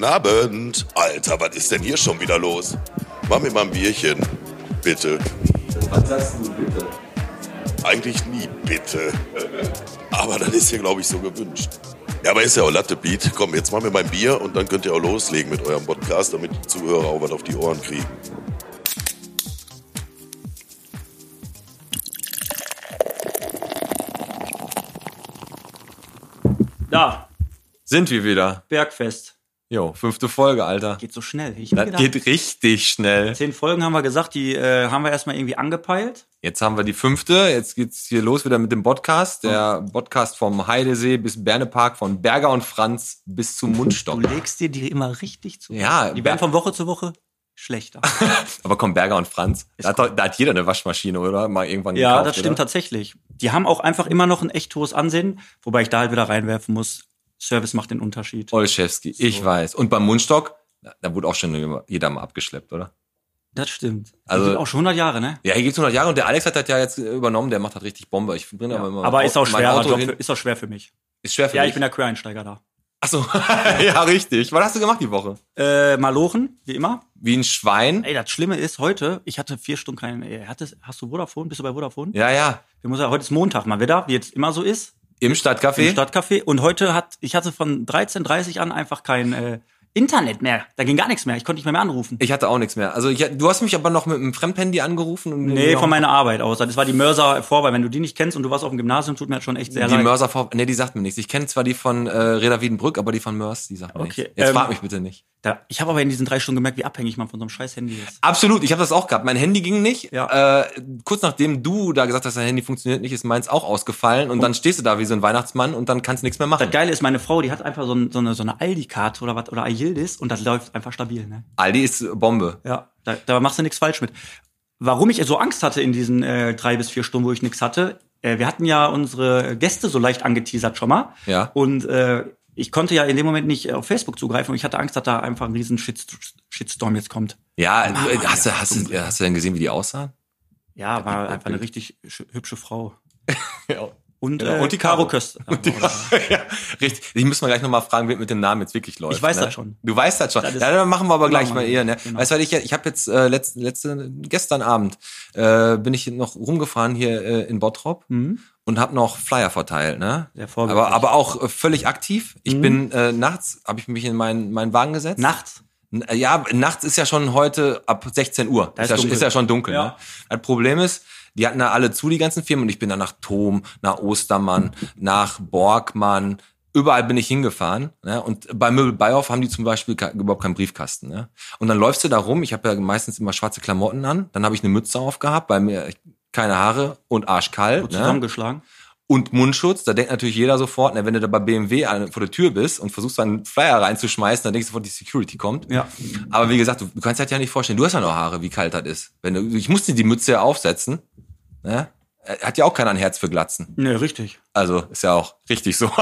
Guten Abend. Alter, was ist denn hier schon wieder los? Mach mir mal ein Bierchen. Bitte. Was sagst du bitte? Eigentlich nie bitte. Aber das ist hier, glaube ich, so gewünscht. Ja, aber ist ja auch Latte-Beat. Komm, jetzt machen wir mein Bier und dann könnt ihr auch loslegen mit eurem Podcast, damit die Zuhörer auch was auf die Ohren kriegen. Da, Sind wir wieder. Bergfest. Jo, 5. Folge, Alter. Geht so schnell. Ich hab Das gedacht, geht richtig schnell. 10 Folgen haben wir gesagt, die haben wir erstmal irgendwie angepeilt. Jetzt haben wir die 5. Jetzt geht's hier los wieder mit dem Podcast. Der Podcast vom Heidesee bis Bernepark, von Berger und Franz bis zum Mundstock. Du legst dir die immer richtig zu. Ja, Die werden von Woche zu Woche schlechter. Aber komm, Berger und Franz, da hat jeder eine Waschmaschine, oder? Mal irgendwann Ja, gekauft, das stimmt oder? tatsächlich. Die haben auch einfach immer noch ein echt hohes Ansehen, wobei ich da halt wieder reinwerfen muss. Service macht den Unterschied. Olszewski, ich weiß. Und beim Mundstock, da wurde auch schon jeder mal abgeschleppt, oder? Das stimmt. Also- Die sind auch schon 100 Jahre, ne? Ja, hier geht's 100 Jahre und der Alex hat das ja jetzt übernommen, der macht das richtig Bombe. Ich bringe aber immer Aber ist auch mein schwer, Auto hin. ist auch schwer für mich. Ist schwer für Ja, dich. ich bin der Quereinsteiger da. Ach so, ja, richtig. Was hast du gemacht die Woche? Malochen, wie immer. Wie ein Schwein. Ey, das Schlimme ist, heute, ich hatte 4 Stunden hast du Vodafone? Bist du bei Vodafone? Ja, ja. Heute ist Montag mal wieder, wie jetzt immer so ist. Im Stadtcafé. Im Stadtcafé. Und heute ich hatte von 13:30 an einfach kein Internet mehr. Da ging gar nichts mehr. Ich konnte nicht mehr anrufen. Ich hatte auch nichts mehr. Also du hast mich aber noch mit einem Fremdhandy angerufen. Und Nee, von meiner Arbeit aus. Das war die Mörser Vorwahl. Wenn du die nicht kennst und du warst auf dem Gymnasium, tut mir das schon echt sehr Die leid. Mörser nee, die sagt mir nichts. Ich kenne zwar die von Reda Wiedenbrück, aber die von Mörs, die sagt mir Okay, nichts. Jetzt frag mich bitte nicht. Ich habe aber in diesen 3 Stunden gemerkt, wie abhängig man von so einem scheiß Handy ist. Absolut, ich habe das auch gehabt. Mein Handy ging nicht. Ja. Kurz nachdem du da gesagt hast, dein Handy funktioniert nicht, ist meins auch ausgefallen. Und dann stehst du da wie so ein Weihnachtsmann und dann kannst du nichts mehr machen. Das Geile ist, meine Frau, die hat einfach so eine Aldi-Karte oder was, oder Ayildis und das läuft einfach stabil, ne? Aldi ist Bombe. Ja, da machst du nichts falsch mit. Warum ich so Angst hatte in diesen 3 bis 4 Stunden, wo ich nichts hatte, wir hatten ja unsere Gäste so leicht angeteasert schon mal. Ja. Und ich konnte ja in dem Moment nicht auf Facebook zugreifen und ich hatte Angst, dass da einfach ein riesen Shitstorm jetzt kommt. Ja, hast du denn gesehen, wie die aussahen? Ja, war einfach eine richtig hübsche Frau. Ja. Und die Caro Köster. Ja, richtig. Ich muss mal gleich nochmal fragen, wer mit dem Namen jetzt wirklich läuft. Ich weiß ne? das schon. Du weißt das schon. Das ist- Ja, dann machen wir aber gleich Machen wir. mal eher. Ne? Genau. Weißt du, ich habe jetzt gestern Abend bin ich noch rumgefahren hier in Bottrop und habe noch Flyer verteilt. Ne? Sehr vorbildlich. aber auch völlig aktiv. Ich bin nachts, habe ich mich in meinen Wagen gesetzt. Nachts? Ja, nachts ist ja schon heute ab 16 Uhr. Da ist dunkel. Ist ja schon dunkel. Ja. Ne? Das Problem ist, die hatten da alle zu, die ganzen Firmen. Und ich bin dann nach Thom, nach Ostermann, nach Borgmann. Überall bin ich hingefahren. Ne? Und bei Möbel Beihoff haben die zum Beispiel überhaupt keinen Briefkasten. Ne? Und dann läufst du da rum. Ich habe ja meistens immer schwarze Klamotten an. Dann habe ich eine Mütze aufgehabt. Bei mir keine Haare und arschkalt. Gut Ne? zusammengeschlagen. Und Mundschutz, da denkt natürlich jeder sofort, ne, wenn du da bei BMW vor der Tür bist und versuchst dann einen Flyer reinzuschmeißen, dann denkst du sofort, die Security kommt. Ja. Aber wie gesagt, du kannst dir das ja nicht vorstellen. Du hast ja noch Haare, wie kalt das ist. Ich musste die Mütze ja aufsetzen. Ne? Hat ja auch keiner ein Herz für Glatzen. Ne, richtig. Also ist ja auch richtig so.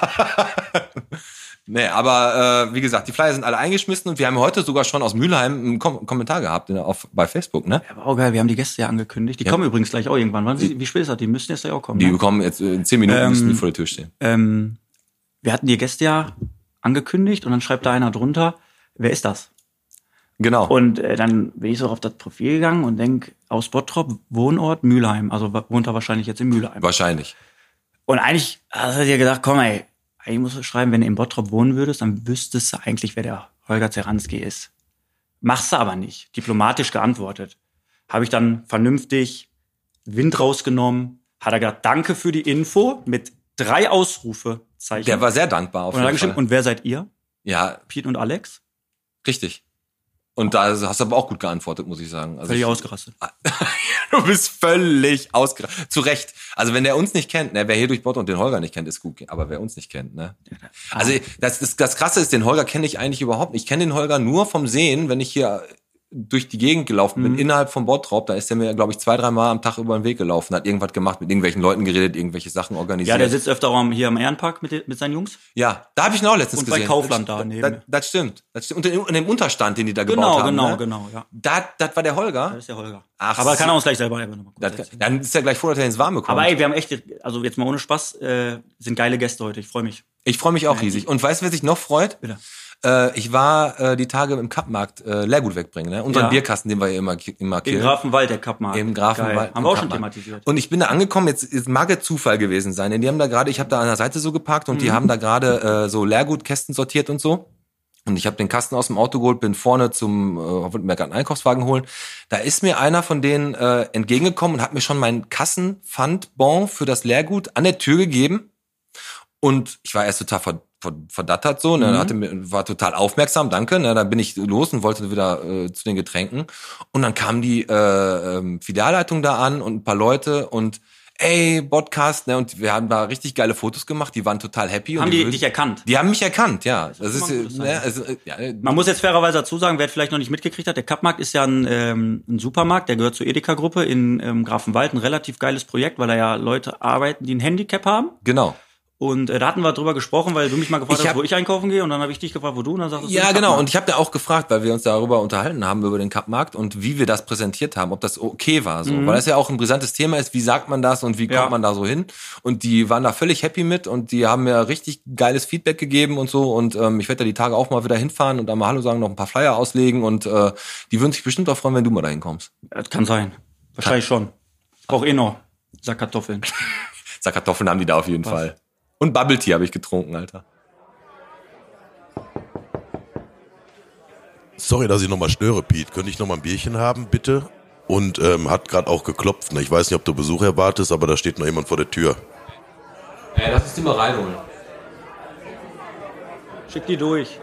Nee, aber wie gesagt, die Flyer sind alle eingeschmissen und wir haben heute sogar schon aus Mülheim einen Kommentar gehabt bei Facebook, ne? Ja, aber auch geil, wir haben die Gäste ja angekündigt. Die kommen übrigens gleich auch irgendwann. Wie spät ist das? Die müssen jetzt gleich auch kommen. Die ne? kommen jetzt in 10 Minuten müssen die vor der Tür stehen. Wir hatten die Gäste ja angekündigt und dann schreibt da einer drunter, wer ist das? Genau. Und dann bin ich so auf das Profil gegangen und denk aus Bottrop, Wohnort Mülheim. Also wohnt er wahrscheinlich jetzt in Mülheim. Wahrscheinlich. Und eigentlich hatte ich ja gedacht, komm ey, eigentlich musst du schreiben, wenn du in Bottrop wohnen würdest, dann wüsstest du eigentlich, wer der Holger Zeranski ist. Machst du aber nicht. Diplomatisch geantwortet. Habe ich dann vernünftig Wind rausgenommen. Hat er gesagt, danke für die Info mit 3 Ausrufezeichen. Der war sehr dankbar auf und, dann jeden Fall. geschrieben, und wer seid ihr? Ja, Pete und Alex? richtig. Und da hast du aber auch gut geantwortet, muss ich sagen. Also Völlig ausgerastet. Du bist völlig ausgerastet. Zu Recht. Also wenn der uns nicht kennt, ne, wer hier durch Bottrop und den Holger nicht kennt, ist gut. Aber wer uns nicht kennt, ne? Also das Krasse ist, den Holger kenne ich eigentlich überhaupt nicht. Ich kenne den Holger nur vom Sehen, wenn ich hier durch die Gegend gelaufen bin, innerhalb von Bottrop, da ist er mir, glaube ich, 2-3 Mal am Tag über den Weg gelaufen, hat irgendwas gemacht, mit irgendwelchen Leuten geredet, irgendwelche Sachen organisiert. Ja, der sitzt öfter auch hier am Ehrenpark mit seinen Jungs. Ja, da habe ich ihn auch letztens Und bei gesehen. Kaufland da neben. Das stimmt. Und in dem Unterstand, den die da gebaut haben. Genau, ja. Das war der Holger. Das ist der Holger. Ach, Aber kann er uns gleich selber einfach nochmal kurz erzählen. Dann ist er gleich froh, dass er ins Warme kommt. Aber ey, wir haben echt, also jetzt mal ohne Spaß, sind geile Gäste heute. Ich freue mich. Ich freue mich auch riesig. Und weißt du, wer sich noch freut? Bitte. Ich war die Tage im Cup-Markt Leergut wegbringen, ne? Unseren Bierkasten, den wir ja immer Im killen. Grafenwald, der Cup-Markt. Im Grafenwald. Geil. Haben wir auch schon thematisiert. Und ich bin da angekommen, jetzt mag es Zufall gewesen sein, denn die haben da gerade, ich habe da an der Seite so geparkt und die haben da gerade so Leergutkästen sortiert und so. Und ich habe den Kasten aus dem Auto geholt, bin vorne wollte mir gerade einen Einkaufswagen holen. Da ist mir einer von denen entgegengekommen und hat mir schon meinen Kassenpfandbon für das Leergut an der Tür gegeben. Und ich war erst total verdattert so, ne, war total aufmerksam, danke, ne, dann bin ich los und wollte wieder zu den Getränken und dann kam die Filialleitung da an und ein paar Leute und ey, Podcast, ne, und wir haben da richtig geile Fotos gemacht, die waren total happy. Haben und die dich erkannt? Die haben mich erkannt, ja. Das ist, ne, also, ja. Man muss jetzt fairerweise dazu sagen, wer vielleicht noch nicht mitgekriegt hat, der Cup-Markt ist ja ein Supermarkt, der gehört zur Edeka-Gruppe in Grafenwald, ein relativ geiles Projekt, weil da ja Leute arbeiten, die ein Handicap haben. Genau. Und da hatten wir drüber gesprochen, weil du mich mal gefragt hast, wo ich einkaufen gehe. Und dann habe ich dich gefragt, wo du. Und dann sagtest du, ja, genau. Und ich habe da auch gefragt, weil wir uns darüber unterhalten haben, über den Cup-Markt und wie wir das präsentiert haben, ob das okay war. So. Weil das ja auch ein brisantes Thema ist, wie sagt man das und wie kommt man da so hin. Und die waren da völlig happy mit und die haben mir richtig geiles Feedback gegeben und so. Und ich werde da die Tage auch mal wieder hinfahren und da mal Hallo sagen, noch ein paar Flyer auslegen. Und die würden sich bestimmt auch freuen, wenn du mal dahin kommst. Das kann sein. Wahrscheinlich schon. Ich brauche eh noch Sack Kartoffeln. Sack Kartoffeln haben die da auf jeden Fall. Und Bubble Tea habe ich getrunken, Alter. Sorry, dass ich nochmal störe, Pete. Könnte ich nochmal ein Bierchen haben, bitte? Und hat gerade auch geklopft. Ne? Ich weiß nicht, ob du Besuch erwartest, aber da steht noch jemand vor der Tür. Lass uns die mal reinholen. Schick die durch.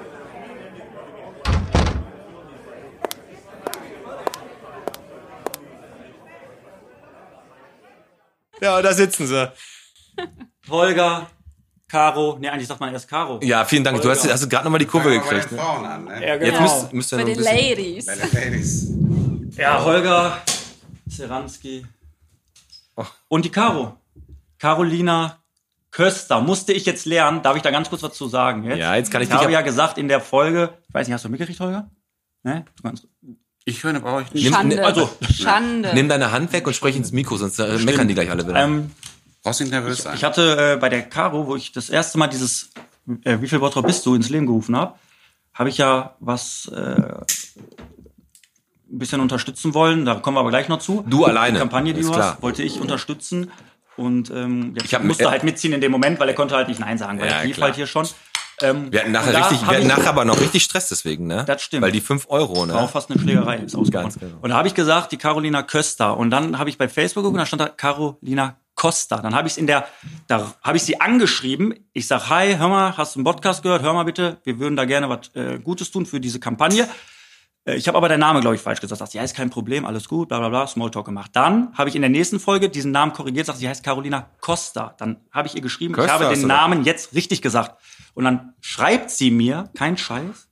Ja, da sitzen sie. Holger, Caro, eigentlich sagt man erst Caro. Ja, vielen Dank. Du hast gerade nochmal die Kurve gekriegt. Bei den Frauen an, ne? Ja, genau. Jetzt müsst ihr Bei noch ein den bisschen... Ladies. Bei den Ladies. Ja, Holger, Zeranski und die Caro. Carolina Köster. Musste ich jetzt lernen. Darf ich da ganz kurz was zu sagen? Jetzt? Ja, jetzt kann ich Ich dich... habe ja gesagt in der Folge, ich weiß nicht, hast du mitgekriegt, Holger? Ne? Du kannst, Ich höre, brauche ich nicht. Schande. also, Schande. Nimm deine Hand weg und sprich ins Mikro, sonst meckern die gleich alle wieder. Brauchst nicht nervös sein. ich hatte bei der Caro, wo ich das erste Mal dieses wie viel Bottrop bist du ins Leben gerufen habe ich ja was ein bisschen unterstützen wollen. Da kommen wir aber gleich noch zu. Du alleine. Die Kampagne, die Ist du klar. hast, wollte ich unterstützen. Und Ich musste halt mitziehen in dem Moment, weil er konnte halt nicht Nein sagen, weil Ja, er lief klar. halt hier schon. Wir hatten nachher aber noch richtig Stress deswegen, ne? Das stimmt. Weil die 5 €, ne? War auch fast eine Schlägerei ist ausgebrochen. Ganz genau. Und da habe ich gesagt, die Carolina Köster. Und dann habe ich bei Facebook geguckt, da stand da Carolina Costa. Dann habe ich da habe ich sie angeschrieben. Ich sag, hi, hör mal, hast du einen Podcast gehört? Hör mal bitte, wir würden da gerne was Gutes tun für diese Kampagne. Ich habe aber deinen Namen, glaube ich, falsch gesagt. Sagt, ja, ist kein Problem, alles gut, bla bla bla, Smalltalk gemacht. Dann habe ich in der nächsten Folge diesen Namen korrigiert, sagt, sie heißt Carolina Costa. Dann habe ich ihr geschrieben, Costa ich habe hast den du Namen jetzt richtig gesagt. Und dann schreibt sie mir, kein Scheiß,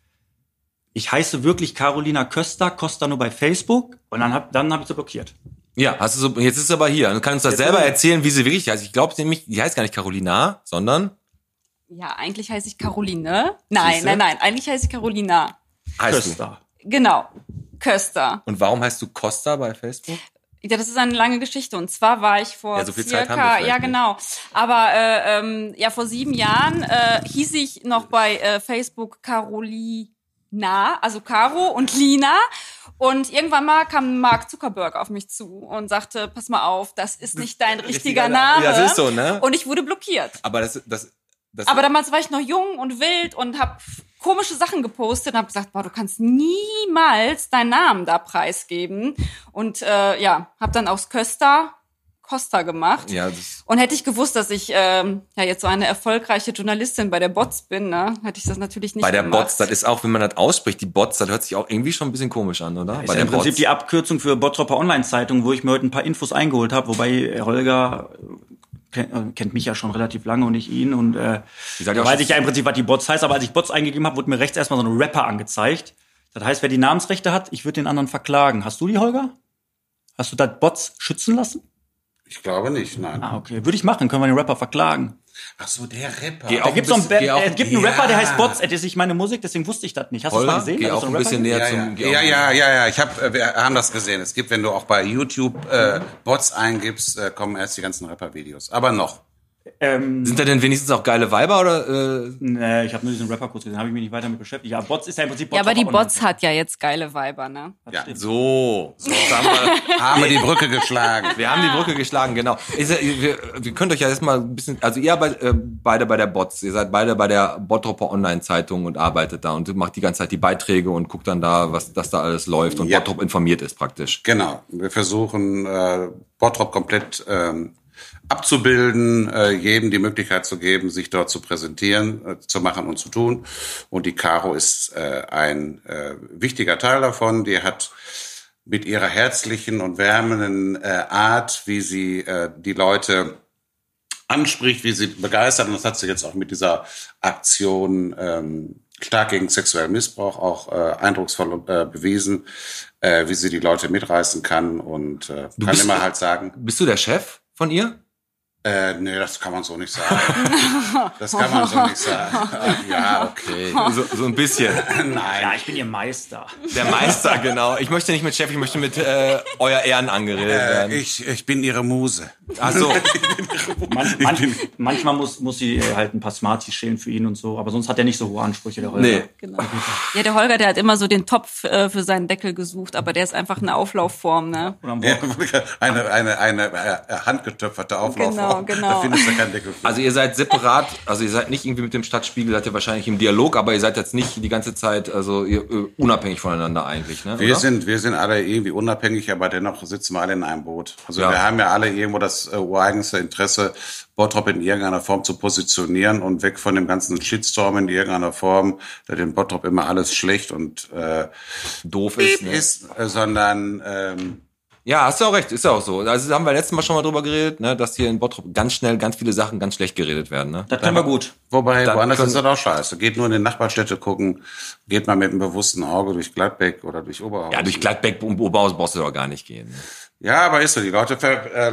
ich heiße wirklich Carolina Köster, Costa nur bei Facebook. Und dann hab ich sie blockiert. Ja, hast du so, jetzt ist sie aber hier. Du kannst uns das selber erzählen, wie sie wirklich heißt. Ich glaube nämlich, die heißt gar nicht Carolina, sondern... Ja, eigentlich heiße ich Caroline. Nein, Siehste? nein, eigentlich heiße ich Carolina. Heißt Köster. Genau. Köster. du. Und warum heißt du Costa bei Facebook? Ja, das ist eine lange Geschichte. Und zwar war ich vor Ja, so viel circa, Zeit haben wir vielleicht ja nicht. genau. Aber ja, vor 7 Jahren hieß ich noch bei Facebook Carolina, also Caro und Lina. Und irgendwann mal kam Mark Zuckerberg auf mich zu und sagte, pass mal auf, das ist nicht dein richtiger Name. Ja, das ist so, ne? Und ich wurde blockiert. Aber das Aber damals war ich noch jung und wild und habe komische Sachen gepostet und habe gesagt, boah, du kannst niemals deinen Namen da preisgeben. Und ja, habe dann aus Costa gemacht. Ja, Und hätte ich gewusst, dass ich ja jetzt so eine erfolgreiche Journalistin bei der Bots bin, ne, hätte ich das natürlich nicht bei der gemacht. Bots, das ist auch, wenn man das ausspricht, die Bots, das hört sich auch irgendwie schon ein bisschen komisch an, oder? Ist Bei ja der im Prinzip Bots. die Abkürzung für Bottroper Online-Zeitung, wo ich mir heute ein paar Infos eingeholt habe, wobei Holger kennt mich ja schon relativ lange und ich ihn. Und sagt ja da auch weiß schon- ich ja im Prinzip, was die Bots heißt. Aber als ich Bots eingegeben habe, wurde mir rechts erstmal so ein Rapper angezeigt. Das heißt, wer die Namensrechte hat, ich würde den anderen verklagen. Hast du die, Holger? Hast du da Bots schützen lassen? Ich glaube nicht, nein. Ah, okay. Würde ich machen, können wir den Rapper verklagen. Ach so, der Rapper. Geh Da auch gibt's so ein gibt einen Rapper, der heißt Ja. Bots, ist nicht meine Musik, deswegen wusste ich das nicht. Hast du das Holger, mal gesehen? geh Da ist auch so ein Rapper bisschen gibt? näher zum... geh auch- Wir haben das gesehen. Es gibt, wenn du auch bei YouTube Bots eingibst, kommen erst die ganzen Rapper-Videos. Aber noch. Sind da denn wenigstens auch geile Weiber oder... Nee, ich habe nur diesen Rapper kurz gesehen, habe ich mich nicht weiter mit beschäftigt. Ja, Bots ist ja im Prinzip Ja, aber die Online. Bots hat ja jetzt geile Weiber, ne? Ja, So haben wir... haben wir die Brücke geschlagen. Wir haben die Brücke geschlagen, genau. Wir könnt euch ja erstmal ein bisschen, also ihr beide bei der Bots, ihr seid beide bei der Bottropper Online-Zeitung und arbeitet da und macht die ganze Zeit die Beiträge und guckt dann da, was das da alles läuft und Ja. Bottrop informiert ist praktisch. Genau. Wir versuchen, Bottrop komplett abzubilden, jedem die Möglichkeit zu geben, sich dort zu präsentieren, zu machen und zu tun. Und die Caro ist ein wichtiger Teil davon. Die hat mit ihrer herzlichen und wärmenden Art, wie sie die Leute anspricht, wie sie begeistert. Und das hat sie jetzt auch mit dieser Aktion stark gegen sexuellen Missbrauch auch eindrucksvoll bewiesen, wie sie die Leute mitreißen kann und kann immer halt sagen, Bist du der Chef von ihr? nee, das kann man so nicht sagen. Das kann man so nicht sagen. Ja, okay. So ein bisschen. Ja, Nein. ich bin ihr Meister. Der Meister, genau. Ich möchte nicht mit Chef, ich möchte mit euer Ehren angeredet werden. Ich bin ihre Muse. Ach so. Manchmal muss sie halt ein paar Smarties schälen für ihn und so, aber sonst hat er nicht so hohe Ansprüche, der Holger. Nee. Genau. Ja, der Holger, der hat immer so den Topf für seinen Deckel gesucht, aber der ist einfach eine Auflaufform, ne? Oder am Ja, Wochenende. eine handgetöpferte Auflaufform. Genau. Da findest du keinen Deckel für. Also ihr seid separat, also ihr seid nicht irgendwie mit dem Stadtspiegel, seid ihr wahrscheinlich im Dialog, aber ihr seid jetzt nicht die ganze Zeit, also ihr, unabhängig voneinander eigentlich, ne? Wir oder? sind alle irgendwie unabhängig, aber dennoch sitzen wir alle in einem Boot. Also Ja. wir haben ja alle irgendwo das ureigenste Interesse, Bottrop in irgendeiner Form zu positionieren und weg von dem ganzen Shitstorm in irgendeiner Form, der den Bottrop immer alles schlecht und Doof ist, ne? sondern Ja, hast du auch recht, ist ja auch so. Also haben wir letztes Mal schon mal drüber geredet, ne, dass hier in Bottrop ganz schnell ganz viele Sachen ganz schlecht geredet werden, ne? Das können wir gut. wobei Dann woanders können- ist das auch scheiße. Geht nur in den Nachbarstädte gucken, geht mal mit einem bewussten Auge durch Gladbeck oder durch Oberhausen. Ja, durch Gladbeck und Oberhaus brauchst du doch gar nicht gehen. Ne? Ja, aber ist so. Die Leute,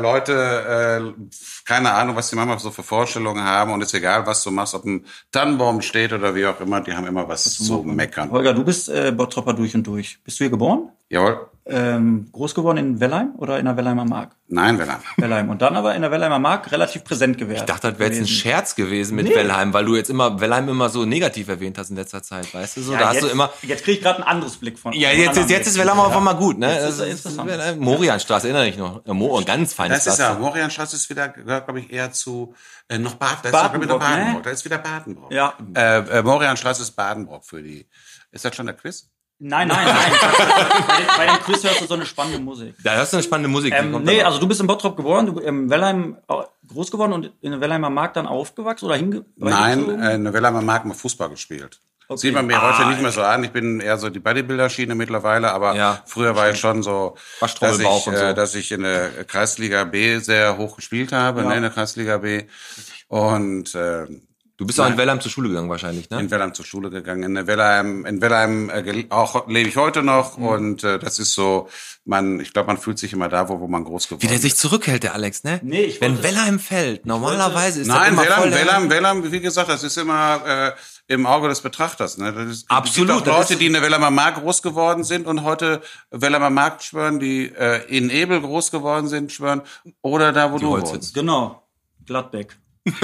keine Ahnung, was die manchmal so für Vorstellungen haben und ist egal, was du machst, ob ein Tannenbaum steht oder wie auch immer, die haben immer was zu meckern. Holger, du bist Bottropper durch und durch. Bist du hier geboren? Jawohl. Groß geworden in Wellheim oder in der Wellheimer Mark? Nein, Werner. Wellheim. Und dann aber in der Wellheimer Mark relativ präsent gewesen. Ich dachte, das wäre jetzt ein Scherz gewesen mit Wellheim, weil du jetzt immer Wellheim immer so negativ erwähnt hast in letzter Zeit, weißt du so? Ja, da hast jetzt, du immer. Jetzt kriege ich gerade ein anderes Blick von. Ja, einen anderen jetzt ist Blick. Wellheim auf einmal gut, ne? Jetzt ist Das er interessant. Morianstraße, erinnere ich noch. Ganz feines Das ist ja, Morianstraße ist wieder, gehört, glaube ich, eher zu, noch Badenbrock, ne? Da ist wieder Badenbrock. Ja. Morianstraße ist Badenbrock für die. Ist das schon der Quiz? Nein. Bei dem Quiz hörst du so eine spannende Musik. Da hörst du eine spannende Musik. die kommt Nee, dann auch. also du bist in Bottrop geboren, du in Wellheim groß geworden und in der Wellheimer Mark dann aufgewachsen oder Nein, in der Wellheimer Mark mal Fußball gespielt. Okay. Sieht man mir heute nicht mehr so an. Ich bin eher so die Bodybuilder-Schiene mittlerweile, aber Ja. früher war ich schon so, Waschtrommelbauch und so. dass ich in der Kreisliga B sehr hoch gespielt habe, Ja. in der Kreisliga B. Und Du bist auch in Wellheim zur Schule gegangen wahrscheinlich, ne? in Wellheim zur Schule gegangen. In Wellheim auch lebe ich heute noch und das ist so, ich glaube, man fühlt sich immer da, wo man groß geworden Wie der ist. sich zurückhält, der Alex, ne? Nee, ich Wenn wollte- Wellheim fällt, normalerweise ist er Nein, immer voll Wellheim, wie gesagt, das ist immer im Auge des Betrachters. Ne? Das ist, Absolut, Es gibt das auch Leute, ist- die in der Wellheimer Mark groß geworden sind und heute Wellheimer Mark schwören, die in Ebel groß geworden sind, schwören, oder da, wo du Holzhütten. wohnst. Genau. Gladbeck.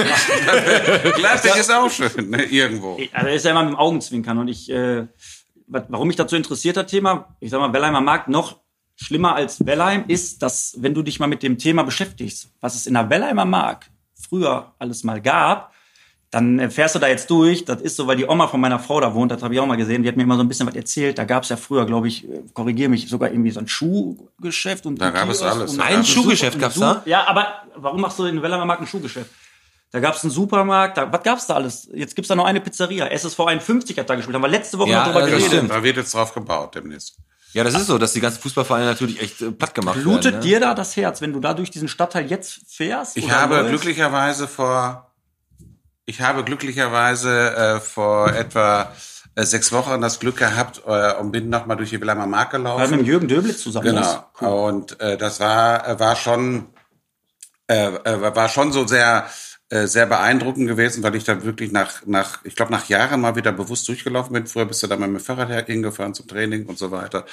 Gladbeck ist auch schön, ne? Irgendwo. Also ist ja immer mit dem Augenzwinkern und warum mich dazu interessiert, das Thema, ich sag mal, Wellheimer Markt noch schlimmer als Wellheim ist, dass, wenn du dich mal mit dem Thema beschäftigst, was es in der Wellheimer Mark früher alles mal gab, dann fährst du da jetzt durch, das ist so, weil die Oma von meiner Frau da wohnt, das habe ich auch mal gesehen, die hat mir immer so ein bisschen was erzählt, da gab es ja früher, glaube ich, korrigiere mich, sogar irgendwie so ein Schuhgeschäft und Da gab es Kiosk alles. und- Ein Schuhgeschäft gab's da? Ja, aber warum machst du in Wellheimer Markt ein Schuhgeschäft? Da gab es einen Supermarkt, was gab's da alles? Jetzt gibt's da noch eine Pizzeria. SSV 51 hat da gespielt, haben wir letzte Woche Ja, noch drüber das geredet. stimmt. Da wird jetzt drauf gebaut demnächst. Ja, das ist so, dass die ganzen Fußballvereine natürlich echt platt gemacht Blutet werden. Ne? dir da das Herz, wenn du da durch diesen Stadtteil jetzt fährst? Ich oder habe läufst? glücklicherweise vor etwa 6 Wochen das Glück gehabt und bin noch mal durch die Wellheimer Mark Weil gelaufen. mit dem Jürgen Döblitz zusammen Genau. ist. Cool. Und das war schon so sehr sehr beeindruckend gewesen, weil ich da wirklich ich glaube, nach Jahren mal wieder bewusst durchgelaufen bin. Früher bist du da mal mit dem Fahrrad hingefahren zum Training und so weiter.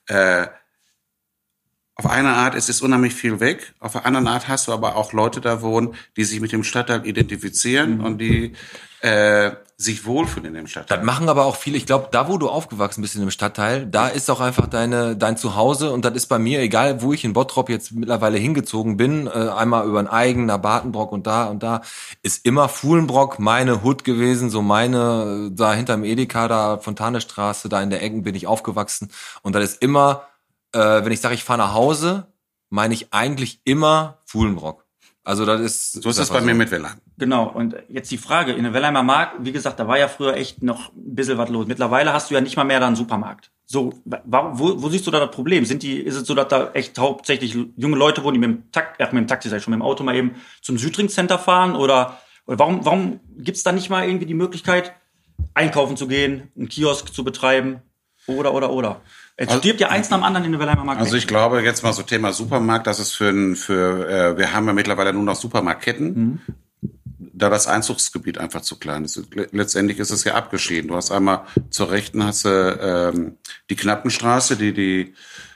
Auf eine Art es ist unheimlich viel weg. Auf der anderen Art hast du aber auch Leute da wohnen, die sich mit dem Stadtteil identifizieren und die sich wohlfühlen in dem Stadtteil. Das machen aber auch viele. Ich glaube, da, wo du aufgewachsen bist in dem Stadtteil, da ist auch einfach dein Zuhause. Und das ist bei mir, egal wo ich in Bottrop jetzt mittlerweile hingezogen bin, einmal über den Eigen, nach Bartenbrock und da, ist immer Fuhlenbrock meine Hut gewesen. So meine, da hinterm Edeka, da Fontanestraße, da in der Ecken bin ich aufgewachsen. Und das ist immer, wenn ich sage, ich fahre nach Hause, meine ich eigentlich immer Fuhlenbrock. Also das ist... So ist das bei mir mit Wellheim. Genau, und jetzt die Frage, in der Wellheimer Markt, wie gesagt, da war ja früher echt noch ein bisschen was los. Mittlerweile hast du ja nicht mal mehr da einen Supermarkt. So, wo siehst du da das Problem? Ist es so, dass da echt hauptsächlich junge Leute wohnen, die mit dem Taxi, sag ich schon, mit dem Auto mal eben zum Südring-Center fahren? Oder warum gibt's da nicht mal irgendwie die Möglichkeit, einkaufen zu gehen, einen Kiosk zu betreiben? Oder. Es stirbt ja eins nach dem anderen in der Wellheimer Markt. Also ich glaube, jetzt mal so Thema Supermarkt, das ist wir haben ja mittlerweile nur noch Supermarktketten, da das Einzugsgebiet einfach zu klein ist. Letztendlich ist es ja abgeschieden. Du hast einmal zur Rechten hast du die Knappenstraße, die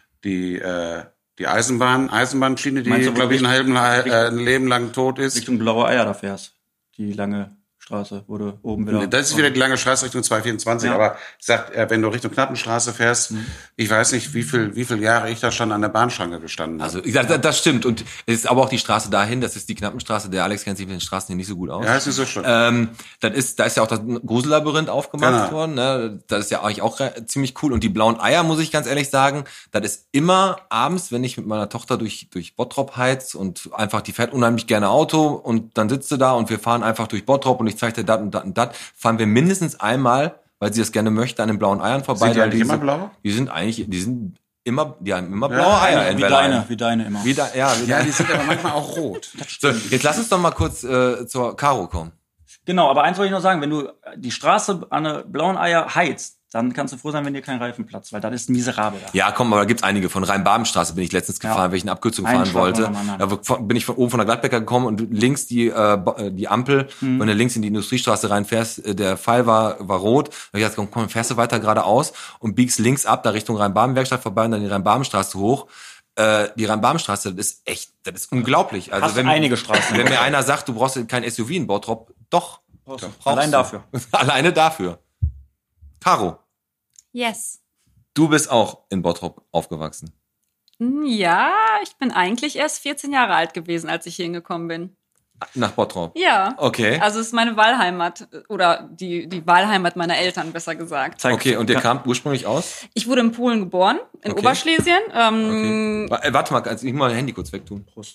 Eisenbahnschiene, die, glaube ich, ein Leben lang tot ist. Richtung Blaue Eier da fährst. Die lange Straße wurde oben wieder... Das ist wieder die lange Straße Richtung 224, ja. Aber ich sag, wenn du Richtung Knappenstraße fährst, ich weiß nicht, wie viel Jahre ich da schon an der Bahnschranke gestanden habe. Also, das stimmt. Und es ist aber auch die Straße dahin, das ist die Knappenstraße. Der Alex kennt sich mit den Straßen hier nicht so gut aus. Ja, ist nicht so schlimm. Da ist ja auch das Grusellabyrinth aufgemacht worden. Ne? Das ist ja eigentlich auch ziemlich cool. Und die blauen Eier, muss ich ganz ehrlich sagen, das ist immer abends, wenn ich mit meiner Tochter durch Bottrop heiz und einfach, die fährt unheimlich gerne Auto und dann sitzt sie da und wir fahren einfach durch Bottrop und ich zeige dir dat und dat und dat, fahren wir mindestens einmal, weil sie das gerne möchte, an den blauen Eiern vorbei. Sind die eigentlich immer blau? Die haben immer blaue Eier. Wie deine immer. Ja, die sind aber manchmal auch rot. So, jetzt lass uns doch mal kurz zur Caro kommen. Genau, aber eins wollte ich noch sagen, wenn du die Straße an der blauen Eier heizt, dann kannst du froh sein, wenn dir kein Reifen platzt, weil das ist miserabel da. Ja, komm, aber da gibt's einige. Von Rhein-Baben-Straße bin ich letztens gefahren, weil ich eine Abkürzung fahren wollte. Da bin ich von oben von der Gladbecker gekommen und links die Ampel, wenn du links in die Industriestraße reinfährst, der Pfeil war rot. Da hab ich gesagt, komm, fährst du weiter geradeaus und biegst links ab, da Richtung Rhein-Baben-Werkstatt vorbei und dann die Rhein-Baben-Straße hoch. Die Rhein-Baben-Straße, das ist unglaublich. Also hast einige Straßen. Wenn mir einer sagt, du brauchst kein SUV in Bottrop, doch. Allein dafür. Alleine dafür. Caro. Yes. Du bist auch in Bottrop aufgewachsen. Ja, ich bin eigentlich erst 14 Jahre alt gewesen, als ich hier hingekommen bin. Nach Bottrop? Ja. Okay. Also es ist meine Wahlheimat oder die Wahlheimat meiner Eltern, besser gesagt. Okay, und ihr kamt ursprünglich aus? Ich wurde in Polen geboren, in Oberschlesien. Okay. Warte mal, ich muss mal mein Handy kurz wegtun. Prost.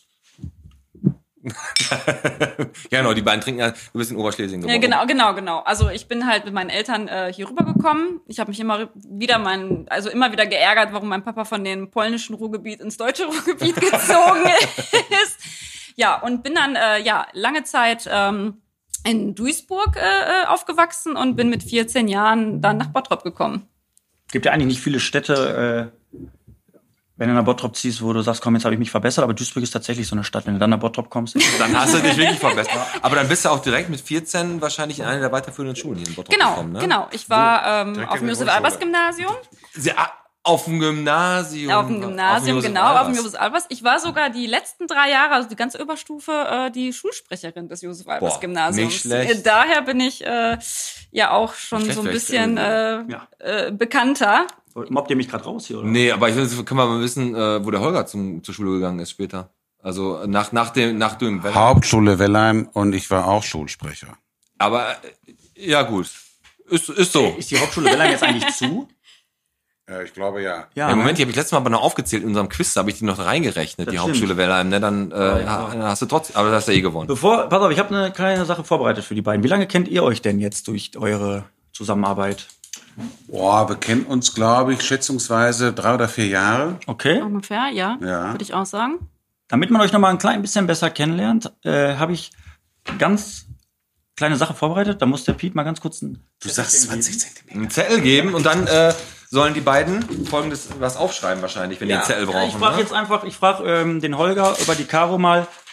Ja, genau, die beiden trinken ja, du bist in Oberschlesien geboren. Ja, genau. Also ich bin halt mit meinen Eltern hier rübergekommen. Ich habe mich immer wieder geärgert, warum mein Papa von dem polnischen Ruhrgebiet ins deutsche Ruhrgebiet gezogen ist. Ja, und bin dann lange Zeit in Duisburg aufgewachsen und bin mit 14 Jahren dann nach Bottrop gekommen. Gibt ja eigentlich nicht viele Städte, wenn du nach Bottrop ziehst, wo du sagst, komm, jetzt habe ich mich verbessert, aber Duisburg ist tatsächlich so eine Stadt. Wenn du dann nach Bottrop kommst, dann hast du dich wirklich verbessert. Aber dann bist du auch direkt mit 14 wahrscheinlich in einer der weiterführenden Schulen hier in Bottrop gekommen, ne? Genau. Ich war auf dem Josef-Albers-Gymnasium. Auf dem Gymnasium. Auf dem Gymnasium, genau, auf dem Josef-Albers. Ich war sogar die letzten 3 Jahre, also die ganze Oberstufe, die Schulsprecherin des Josef-Albers-Gymnasiums. Nicht schlecht. Daher bin ich auch schon so ein bisschen bekannter. Mobbt ihr mich gerade raus hier, oder? Nee, aber ich will, können wir mal wissen, wo der Holger zur Schule gegangen ist später. Also nach dem Wellheim. Hauptschule Wellheim und ich war auch Schulsprecher. Aber ja gut, ist so. Ist die Hauptschule Wellheim jetzt eigentlich zu? Ja, ich glaube ja. Ja, Moment, die habe ich letztes Mal aber noch aufgezählt in unserem Quiz, da habe ich die noch reingerechnet, das die stimmt. Hauptschule Wellheim. Ne? Dann hast du trotzdem, aber das hast du gewonnen. Pass auf, ich habe eine kleine Sache vorbereitet für die beiden. Wie lange kennt ihr euch denn jetzt durch eure Zusammenarbeit? Boah, wir kennen uns, glaube ich, schätzungsweise 3 oder 4 Jahre. Okay. Ungefähr, ja. Würde ich auch sagen. Damit man euch noch mal ein klein bisschen besser kennenlernt, habe ich ganz kleine Sache vorbereitet. Da muss der Piet mal ganz kurz Du sagst 20 Zentimeter. Einen Zettel geben und dann sollen die beiden Folgendes was aufschreiben wahrscheinlich, wenn die einen Zettel brauchen. Ich frage jetzt einfach, den Holger über die Caro mal,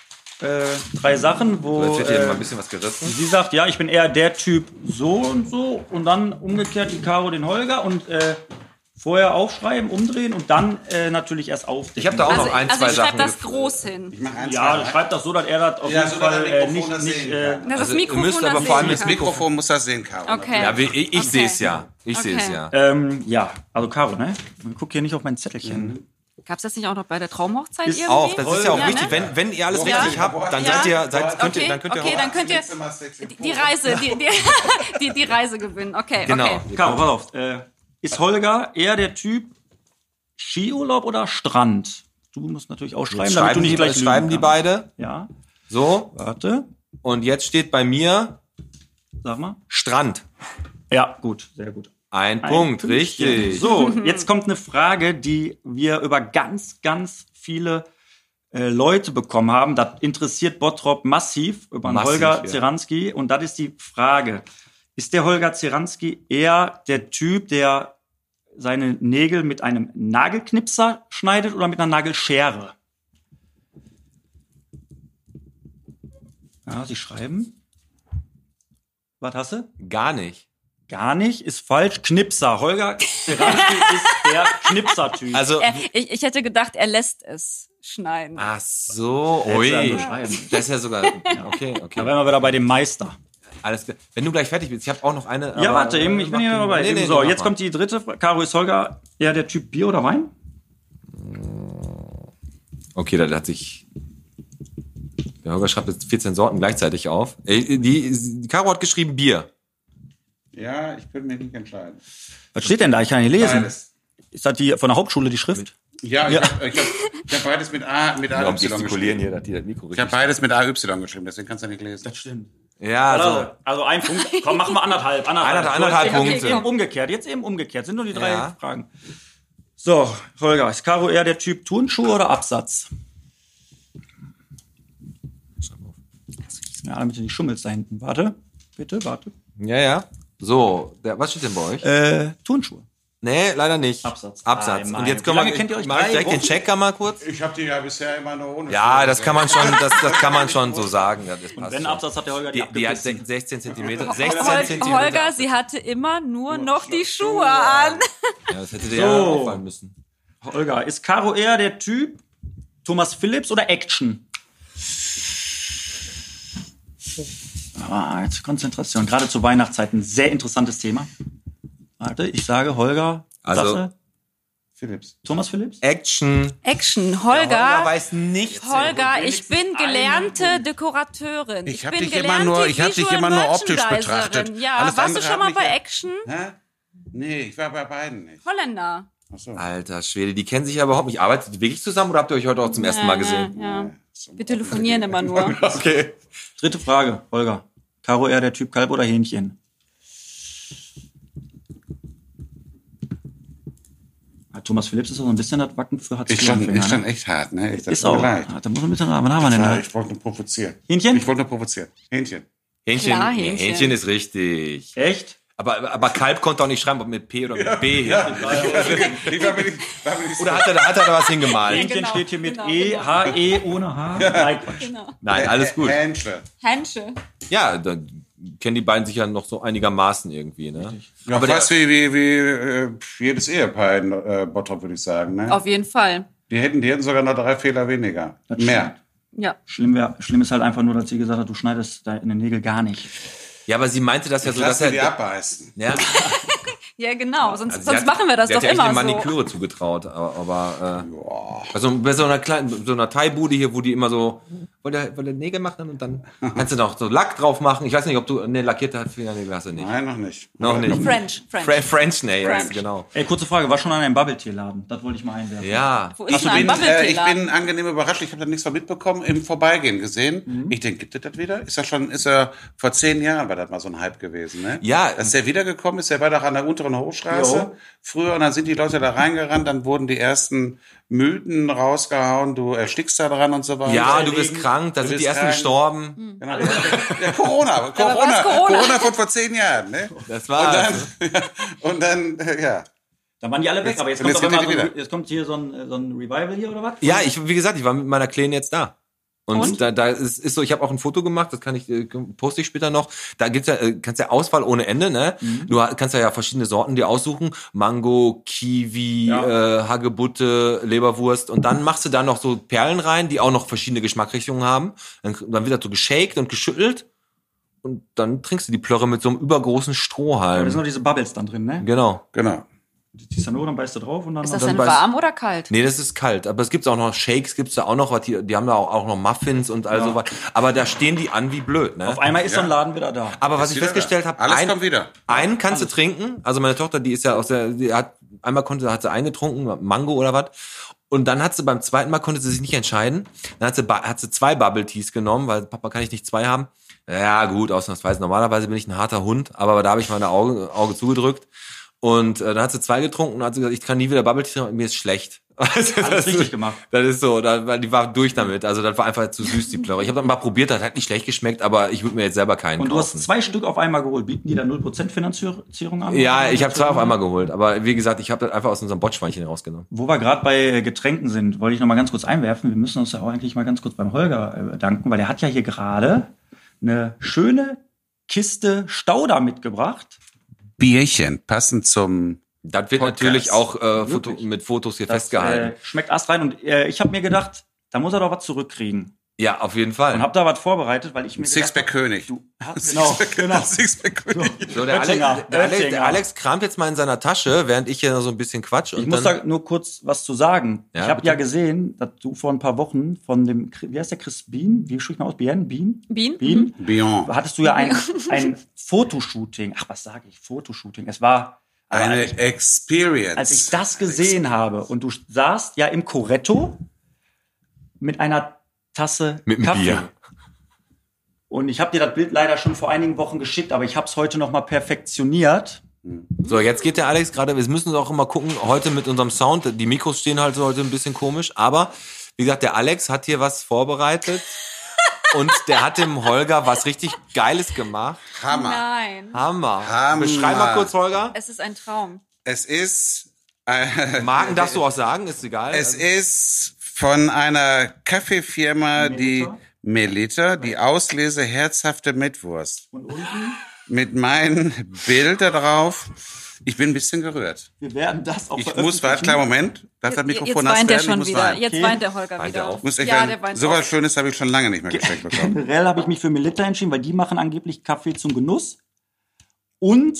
3 Sachen, wo Jetzt wird hier mal ein bisschen was gerissen. sie sagt, ja, ich bin eher der Typ so und so und dann umgekehrt die Caro den Holger und vorher aufschreiben, umdrehen und dann natürlich erst aufdecken. Ich habe da auch noch ein, Also zwei ich schreibe Sachen. das groß hin. Ich mach eins, Ja, zwei, schreibt das so, dass er das auf Ja, jeden so, dass Fall er nicht... das nicht sehen kann. Dass Also, das Mikrofon ihr müsst aber das vor allem sehen das kann. Mikrofon muss das sehen, Caro. Okay. Ja, ich sehe es ja. Ich sehe es Okay. ja. ja, also Caro, ne? Guck hier nicht auf mein Zettelchen. Gab's das nicht auch noch bei der Traumhochzeit Ist irgendwie? Auch, das ist ja auch Ja, wichtig. ne? Wenn ihr alles Ja. richtig habt, dann Ja. könnt ihr dann könnt ihr die Reise, die Reise gewinnen. Okay, Genau. okay. Caro, pass auf. Ist Holger eher der Typ Skiurlaub oder Strand? Du musst natürlich auch schreiben, damit du nicht gleich schreiben die lügen beide. Ja, So. warte. Und jetzt steht bei mir Sag mal. Strand. Ja, gut, sehr gut. Ein Punkt, richtig. So, jetzt kommt eine Frage, die wir über ganz, ganz viele Leute bekommen haben. Das interessiert Bottrop massiv über den Massiv, Holger ja. Zeranski. Und das ist die Frage. Ist der Holger Zeranski eher der Typ, der seine Nägel mit einem Nagelknipser schneidet oder mit einer Nagelschere? Ja, Sie schreiben. Was hast du? Gar nicht. Gar nicht, ist falsch. Knipser. Holger Zeranski ist der Knipser-Typ. Also, Ich hätte gedacht, er lässt es schneiden. ach so, Hättest du ui. also schreiben. Das ist ja sogar, okay. Da wären wir wieder bei dem Meister. Alles klar. Wenn du gleich fertig bist, ich habe auch noch eine. Ja, aber, warte, eben, ich bin hier noch dabei. Nee, Eben nee, so, mach jetzt mal. kommt die dritte Frage. Caro, ist Holger eher der Typ Bier oder Wein? Okay, da hat sich. Der Holger schreibt jetzt 14 Sorten gleichzeitig auf. Die Caro hat geschrieben Bier. Ja, ich könnte mich nicht entscheiden. Was steht denn da? Ich kann nicht lesen. Beides. Ist das die von der Hauptschule, die Schrift? Ja, ich hab beides mit AY geschrieben. hier, dass die das Mikro Ich habe beides mit AY geschrieben, deswegen kannst du nicht lesen. Das stimmt. Ja, so. Also ein Punkt. Komm, mach mal anderthalb. Anderthalb So, Punkte. Eben umgekehrt. Jetzt eben umgekehrt. Sind nur die 3 Ja. Fragen. So, Holger, ist Caro eher der Typ Turnschuhe oder Absatz? Ja, damit du nicht schummelst da hinten. Warte. Bitte, warte. Ja. So, was steht denn bei euch? Turnschuhe. Nee, leider nicht. Absatz. Absatz. Ei, Und jetzt Wie können lange wir, kennt ihr euch? mach ich 3 direkt den Wochen? Checker mal kurz. Ich habe die ja bisher immer nur ohne Ja, Schuhe das kann man schon, das kann man schon so sagen. Ja, das passt Wenn schon. Absatz hat der Holger die Die hat abgebissen. 16 Zentimeter. 16 Zentimeter. Holger, sie hatte immer nur noch die Schuhe an. Ja, das hätte dir ja auffallen müssen. Holger, ist Caro eher der Typ Thomas Phillips oder Action? Jetzt Konzentration. Gerade zur Weihnachtszeit ein sehr interessantes Thema. Warte, ich sage Holger. Also- Sache, Philips. Thomas Phillips? Action. Action, Holger Holger. weiß nichts. Holger, ich bin gelernte Dekorateurin. Ich hab bin dich immer gelernte nur- ich hab dich Visual immer nur optisch Merchandiserin. betrachtet. Ja, Alles warst du andere schon hat mal mich bei ja- Action? Hä? Nee, ich war bei beiden nicht. Holländer. Ach so. Alter Schwede, die kennen sich ja überhaupt nicht. Arbeitet ihr wirklich zusammen oder habt ihr euch heute auch zum ersten Mal gesehen? Ja. Wir telefonieren immer nur. Okay. Dritte Frage, Holger. Caro eher der Typ Kalb oder Hähnchen? Ja, Thomas Phillips ist auch so ein bisschen das Wacken für Hartz Ist schon echt hart, ne? Ich, das Ist tut mir auch. leid. Da muss man ein bisschen ran. Was haben wir denn Ja, da? ich wollte nur provozieren. Hähnchen? Ich wollte nur provozieren. Hähnchen. Hähnchen, Klar, nee, Hähnchen. Hähnchen ist richtig. Echt? Aber Kalb konnte auch nicht schreiben, ob mit P oder mit B. Ich war mir nicht Oder hat er da was hingemalt? Hähnchen genau, steht hier mit genau, E, genau. H-E ohne H. Nein, Quatsch. Nein, alles gut. Hähnchen. Hänsche. Ja, dann kennen die beiden sich ja noch so einigermaßen irgendwie, ne? Ja, Aber der- fast wie jedes Ehepaar in Bottrop, würde ich sagen. Ne? Auf jeden Fall. Die hätten sogar noch 3 Fehler weniger. Mehr. Ja. Schlimm ist halt einfach nur, dass sie gesagt hat, du schneidest deine Nägel gar nicht. Ja, aber sie meinte das ja so, dass Lass die er... abbeißen. Ja, Ja, genau. Sonst, also sie sonst hat- machen wir das sie doch hat ja immer echt eine so. Maniküre zugetraut, aber also bei so einer kleinen, so einer Thai-Bude hier, wo die immer so, wollt ihr Nägel machen und dann kannst du noch so Lack drauf machen. Ich weiß nicht, ob du, ne, lackierte Fingernägel hast du nicht. Nein, noch nicht. Noch nicht. French. French Nails, French. genau. Ey, kurze Frage, war schon an einem Bubble-Tierladen? Das wollte ich mal einwerfen. Ja. Wo ist denn ein Ich Bubble-Teeladen? bin angenehm überrascht. Ich habe da nichts von mitbekommen. Im Vorbeigehen gesehen. Ich denke, gibt es das wieder? Ist er vor 10 Jahren war das mal so ein Hype gewesen, ne? Ja. Dass der wiedergekommen ist. Der war doch an der unteren Hochstraße Jo. früher und dann sind die Leute da reingerannt. Dann wurden die ersten Mythen rausgehauen. Du erstickst da dran und so weiter. Ja, du bist krank, da Du sind die bist ersten krank. gestorben. Genau. Ja, Corona. Corona von vor 10 Jahren, ne? Das war's. Und dann, ja. Dann waren die alle weg, aber jetzt Und kommt, jetzt auf sind einmal die so, wieder. jetzt kommt hier so ein Revival hier oder was? Ja, wie gesagt, ich war mit meiner Kleinen jetzt da. Und? Da ist so, ich habe auch ein Foto gemacht, das kann ich poste ich später noch. Da gibt's ja kannst ja Auswahl ohne Ende, ne? Du kannst ja verschiedene Sorten dir aussuchen, Mango, Kiwi, Hagebutte, Leberwurst und dann machst du da noch so Perlen rein, die auch noch verschiedene Geschmacksrichtungen haben. Dann wird das so geshakt und geschüttelt und dann trinkst du die Plörre mit so einem übergroßen Strohhalm. Da sind noch diese Bubbles dann drin, ne? Genau. Die ziehst du nur, dann beißt du drauf und dann... Ist das dann denn weiß- warm oder kalt? Nee, das ist kalt. Aber es gibt auch noch Shakes, gibt's da auch noch, die haben da auch noch Muffins und all sowas. Aber da stehen die an wie blöd, ne? Auf einmal ist so ein Laden wieder da. Aber was Ist ich wieder festgestellt da. habe, Alles kommt wieder. einen kannst du trinken. Also meine Tochter, die ist ja hat sie einen getrunken, Mango oder was. Und dann hat sie beim zweiten Mal konnte sie sich nicht entscheiden. Dann hat sie 2 Bubble Teas genommen, weil Papa kann ich nicht 2 haben. Ja gut, ausnahmsweise. Normalerweise bin ich ein harter Hund, aber da habe ich meine Auge zugedrückt. Und dann hat sie 2 getrunken und hat sie gesagt, ich kann nie wieder Bubble Tea trinken, mir ist schlecht. Also, Alles richtig gemacht. Das ist so, die war durch damit. Also das war einfach zu süß, die Plörre. Ich habe dann mal probiert, das hat nicht schlecht geschmeckt, aber ich würde mir jetzt selber keinen Und du kaufen. hast 2 Stück auf einmal geholt. Bieten die da 0% Finanzierung an? Ja, ich habe 2 auf einmal geholt, aber wie gesagt, ich habe das einfach aus unserem Botschweinchen rausgenommen. Wo wir gerade bei Getränken sind, wollte ich noch mal ganz kurz einwerfen. Wir müssen uns ja auch eigentlich mal ganz kurz beim Holger danken, weil er hat ja hier gerade eine schöne Kiste Stauder mitgebracht. Bierchen, passend zum Das wird Podcast. natürlich auch Wirklich? mit Fotos hier Das festgehalten. schmeckt astrein und ich habe mir gedacht, da muss er doch was zurückkriegen. Ja, auf jeden Fall. Und habe da was vorbereitet, weil ich mir Sixpack König. Genau. Sixpack König. So, der Alex kramt jetzt mal in seiner Tasche, während ich hier so ein bisschen quatsch. Ich Und muss dann, da nur kurz was zu sagen. Ja, ich habe bitte. ja gesehen, dass du vor ein paar Wochen von dem, wie heißt der, Chris Bean? Wie spricht man aus? Bean? Bienen? Bion. Hattest du ja ein Fotoshooting. Ach, was sage ich? Fotoshooting. Es war, Eine Experience. als ich das gesehen habe und du saßt ja im Coretto mit einer Tasse Mit einem Kaffee. Bier. Und ich habe dir das Bild leider schon vor einigen Wochen geschickt, aber ich habe es heute noch mal perfektioniert. so, jetzt geht der Alex gerade, wir müssen auch immer gucken, heute mit unserem Sound, die Mikros stehen halt so heute ein bisschen komisch, aber wie gesagt, der Alex hat hier was vorbereitet und der hat dem Holger was richtig Geiles gemacht. Hammer. Nein. Hammer. Beschreib mal kurz, Holger. Es ist ein Traum. Es ist Marken darfst du auch sagen, ist egal. Es ist von einer Kaffeefirma, die Melita, die Auslese herzhafte Mettwurst. Und unten, Mit meinem Bild da drauf. Ich bin ein bisschen gerührt. wir werden das auch Ich muss, warte, kleinen Moment. Darf das Mikrofon Jetzt nass weint er werden? Ich schon muss wieder. weinen. Jetzt Okay. weint der Holger Weint er wieder. auch? Muss echt Ja, weinen. der weint So auch. was Schönes habe ich schon lange nicht mehr geschenkt bekommen. Generell habe ich mich für Melita entschieden, weil die machen angeblich Kaffee zum Genuss. Und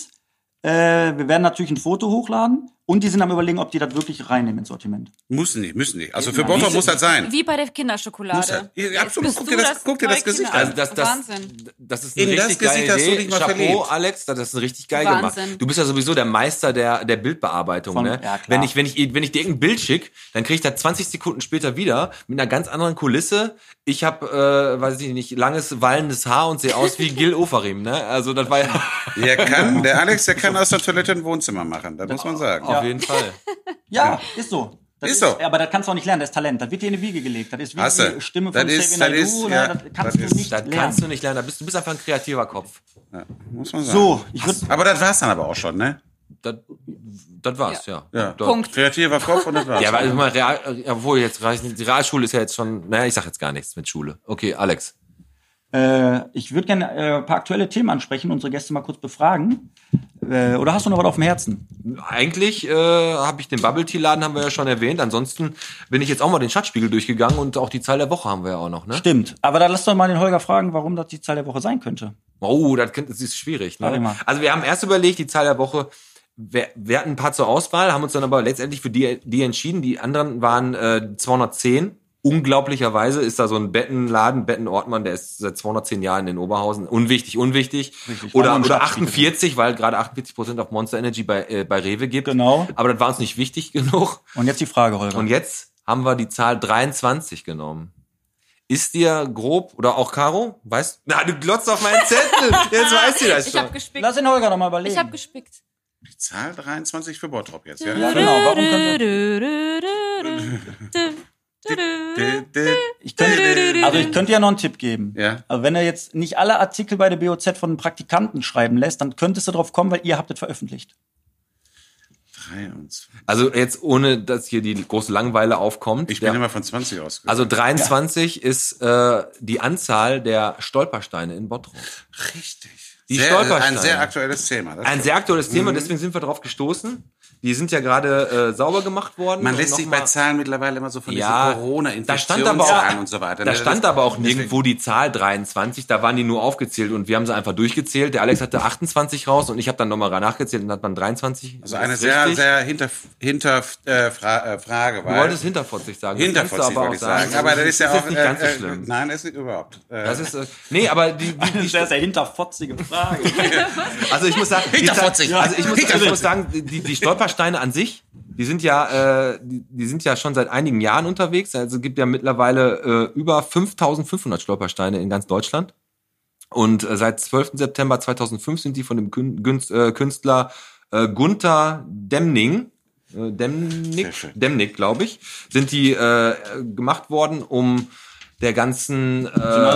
wir werden natürlich ein Foto hochladen. Und die sind am Überlegen, ob die das wirklich reinnehmen ins Sortiment. Müssen nicht. Also für Bottrop muss das sein. Wie bei der Kinderschokolade. Muss halt. Ja, Jetzt absolut. bist Guck du dir das neue Gesicht Kinder- an. Also Wahnsinn. das ist eine In das richtig geile Gesicht hast du Idee. dich mal Chapeau, verliebt. Alex, das ist richtig geil Wahnsinn. gemacht. Du bist ja sowieso der Meister der Bildbearbeitung, Von- ne? ja, klar. Wenn ich dir irgendein Bild schicke, dann kriege ich das 20 Sekunden später wieder mit einer ganz anderen Kulisse. Ich habe, weiß ich nicht, langes, wallendes Haar und sehe aus wie Gil Ofarim, ne? Also das war ja Der Alex, der kann aus der Toilette ein Wohnzimmer machen. Das muss man sagen. auf jeden Fall. Ja, ist so. Das Ist so. Aber das kannst du auch nicht lernen, das ist Talent. Das wird dir in die Wiege gelegt. Das ist wie Hast du. die Stimme Das von ist- Xavier das ist- Naidoo. ja, Das kannst das du ist- nicht Das lernen. kannst du nicht lernen. Du bist einfach ein kreativer Kopf. Ja, muss man sagen. So, ich würde Aber das war's dann aber auch schon, ne? Das war's, ja. Ja. Punkt. Kreativer Kopf und das war's. Ja, aber mal obwohl jetzt die Realschule ist ja jetzt schon, naja, ich sag jetzt gar nichts mit Schule. Okay, Alex. ich würde gerne ein paar aktuelle Themen ansprechen, unsere Gäste mal kurz befragen. Oder hast du noch was auf dem Herzen? Eigentlich habe ich den Bubble Tea Laden haben wir ja schon erwähnt. Ansonsten bin ich jetzt auch mal den Schatzspiegel durchgegangen und auch die Zahl der Woche haben wir ja auch noch, ne? Stimmt. Aber da lass doch mal den Holger fragen, warum das die Zahl der Woche sein könnte. Oh, das ist schwierig, Warte ne? mal. Also wir haben erst überlegt, die Zahl der Woche. Wir hatten ein paar zur Auswahl, haben uns dann aber letztendlich für die entschieden. Die anderen waren 210. Unglaublicherweise ist da so ein Bettenladen, Bettenortmann, der ist seit 210 Jahren in Oberhausen. Unwichtig. Richtig. Oder War nur ein Schatzspiegel. 48, weil gerade 48% auf Monster Energy bei Rewe gibt. Genau. Aber das war uns nicht wichtig genug. Und jetzt die Frage, Holger. Und jetzt haben wir die Zahl 23 genommen. Ist dir grob, oder auch Caro, weißt du? Na, du glotzt auf meinen Zettel. Jetzt weißt du das Ich schon. habe gespickt. Lass den Holger doch mal überlegen. Ich habe gespickt. Die Zahl 23 für Bottrop jetzt, ja? Ja, genau. Warum könnte... Ich könnte ja noch einen Tipp geben. Ja. Aber wenn er jetzt nicht alle Artikel bei der BOZ von Praktikanten schreiben lässt, dann könntest du drauf kommen, weil ihr habt es veröffentlicht. 23. Also jetzt ohne, dass hier die große Langeweile aufkommt. Ich bin immer von 20 ausgegangen. Also 23 ist die Anzahl der Stolpersteine in Bottrop. Richtig. Die Stolpersteine. Ein sehr aktuelles Thema. Ein sehr aktuelles Thema, deswegen sind wir drauf gestoßen. Die sind ja gerade sauber gemacht worden. Man lässt sich bei Zahlen mittlerweile immer so von diesen da Corona-Infektionszahlen und so weiter. Da stand aber auch nirgendwo die Zahl 23, da waren die nur aufgezählt und wir haben sie einfach durchgezählt. Der Alex hatte 28 raus und ich habe dann nochmal nachgezählt und hat man 23. Also eine sehr, sehr Frage war. Du wolltest hinterfotzig sagen. Hinterfotzig wollte ich sagen. Aber das ist ja auch nicht ganz so schlimm. Nein, das ist nicht überhaupt. Das ist nee, aber die sehr, sehr hinterfotzige Frage. also ich muss sagen, Hinterfotzig. Also ich muss sagen, die Stolpersteine an sich, die sind ja schon seit einigen Jahren unterwegs. Also es gibt ja mittlerweile über 5.500 Stolpersteine in ganz Deutschland. Und seit 12. September 2005 sind die von dem Künstler Gunther Demnig, glaube ich, sind die gemacht worden, um der ganzen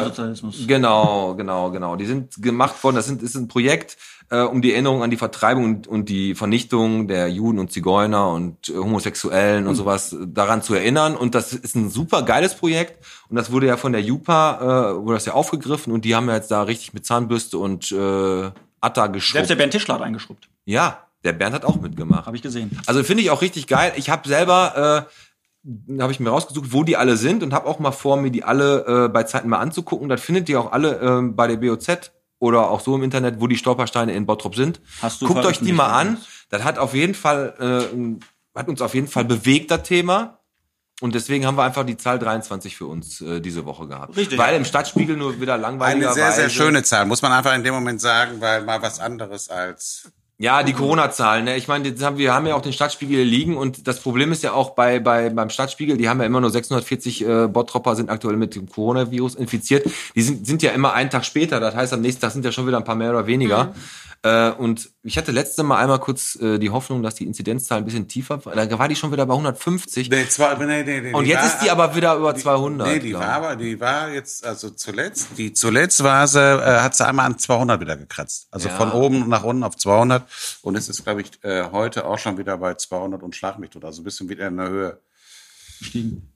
Genau. Die sind gemacht worden. Das ist ein Projekt, um die Erinnerung an die Vertreibung und die Vernichtung der Juden und Zigeuner und Homosexuellen und sowas daran zu erinnern. Und das ist ein super geiles Projekt. Und das wurde ja von der JUPA, wurde das ja aufgegriffen und die haben ja jetzt da richtig mit Zahnbürste und Atta geschrubbt. Selbst der Bernd Tischler hat eingeschrubbt. Ja, der Bernd hat auch mitgemacht. Habe ich gesehen. Also finde ich auch richtig geil. Ich habe selber habe ich mir rausgesucht, wo die alle sind und habe auch mal vor, mir die alle bei Zeiten mal anzugucken. Das findet ihr auch alle bei der BOZ oder auch so im Internet, wo die Stolpersteine in Bottrop sind. Guckt euch die mal an. Das hat auf jeden Fall hat uns auf jeden Fall bewegt, das Thema. Und deswegen haben wir einfach die Zahl 23 für uns diese Woche gehabt. Richtig. Weil im Stadtspiegel nur wieder langweiligerweise... Eine sehr, sehr schöne Zahl, muss man einfach in dem Moment sagen, weil mal was anderes als... Ja, die Corona-Zahlen, ne? Ich meine, wir haben ja auch den Stadtspiegel hier liegen und das Problem ist ja auch beim Stadtspiegel, die haben ja immer nur 640 Bottropper sind aktuell mit dem Coronavirus infiziert. Die sind ja immer einen Tag später, das heißt, am nächsten Tag sind ja schon wieder ein paar mehr oder weniger. Und ich hatte letzte Mal einmal kurz die Hoffnung, dass die Inzidenzzahl ein bisschen tiefer war. Da war die schon wieder bei 150. Nee, und jetzt ist die aber wieder über 200. Nee, die war jetzt, also zuletzt war sie, hat sie einmal an 200 wieder gekratzt. Also von oben nach unten auf 200. Und es ist, glaube ich, heute auch schon wieder bei 200 und Schlag mich tot. Also ein bisschen wieder in der Höhe. Gestiegen.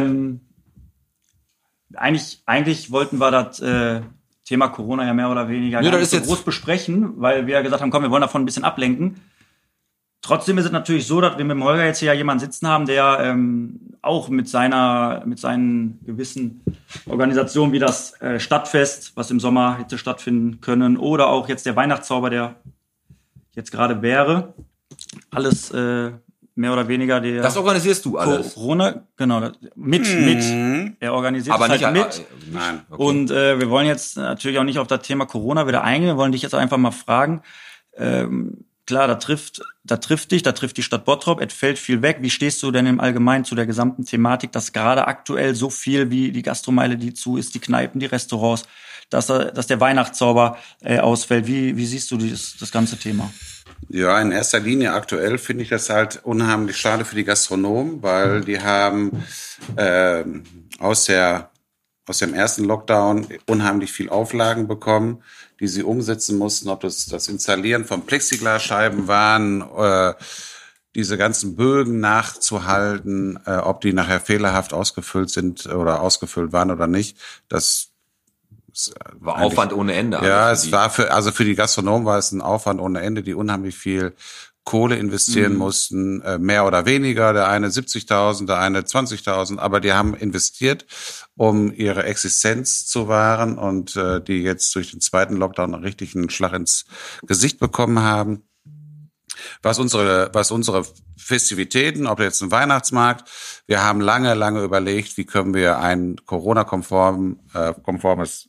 Eigentlich wollten wir das Thema Corona ja mehr oder weniger gar nicht so groß besprechen, weil wir ja gesagt haben, komm, wir wollen davon ein bisschen ablenken. Trotzdem ist es natürlich so, dass wir mit dem Holger jetzt hier ja jemanden sitzen haben, der auch mit seinen gewissen Organisationen wie das Stadtfest, was im Sommer hätte stattfinden können, oder auch jetzt der Weihnachtszauber, der jetzt gerade wäre, alles mehr oder weniger der... Das organisierst du alles? Corona, genau, mit. Er organisiert aber es halt nicht mit. Nein. Okay. Und wir wollen jetzt natürlich auch nicht auf das Thema Corona wieder eingehen. Wir wollen dich jetzt einfach mal fragen. Klar, da trifft die Stadt Bottrop. Es fällt viel weg. Wie stehst du denn im Allgemeinen zu der gesamten Thematik, dass gerade aktuell so viel wie die Gastromeile, die zu ist, die Kneipen, die Restaurants, dass der Weihnachtszauber ausfällt? Wie siehst du das ganze Thema? Ja, in erster Linie aktuell finde ich das halt unheimlich schade für die Gastronomen, weil die haben aus dem ersten Lockdown unheimlich viel Auflagen bekommen, die sie umsetzen mussten, ob das Installieren von Plexiglasscheiben waren, diese ganzen Bögen nachzuhalten, ob die nachher fehlerhaft ausgefüllt sind oder ausgefüllt waren oder nicht. Das war Aufwand ohne Ende. Ja, es war für die Gastronomen war es ein Aufwand ohne Ende, die unheimlich viel Kohle investieren mussten, mehr oder weniger, der eine 70.000, der eine 20.000, aber die haben investiert, um ihre Existenz zu wahren und die jetzt durch den zweiten Lockdown einen richtigen Schlag ins Gesicht bekommen haben. Was unsere Festivitäten, ob jetzt ein Weihnachtsmarkt, wir haben lange überlegt, wie können wir ein Corona-konformes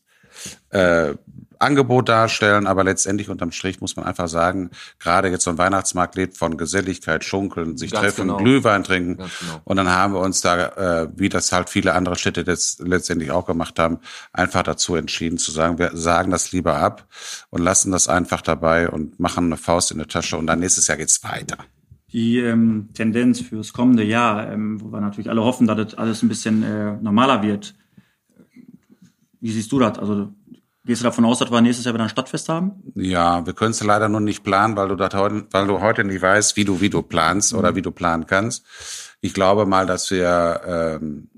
Angebot darstellen, aber letztendlich unterm Strich muss man einfach sagen, gerade jetzt so ein Weihnachtsmarkt lebt von Geselligkeit, Schunkeln, sich Ganz treffen, genau. Glühwein trinken. Ganz genau. Und dann haben wir uns da, wie das halt viele andere Städte jetzt letztendlich auch gemacht haben, einfach dazu entschieden zu sagen, wir sagen das lieber ab und lassen das einfach dabei und machen eine Faust in der Tasche und dann nächstes Jahr geht's weiter. Die Tendenz fürs kommende Jahr, wo wir natürlich alle hoffen, dass das alles ein bisschen normaler wird. Wie siehst du das? Also Gehst du davon aus, dass wir nächstes Jahr wieder ein Stadtfest haben? Ja, wir können es leider nur nicht planen, weil du heute nicht weißt, wie du planst oder wie du planen kannst. Ich glaube mal, dass wir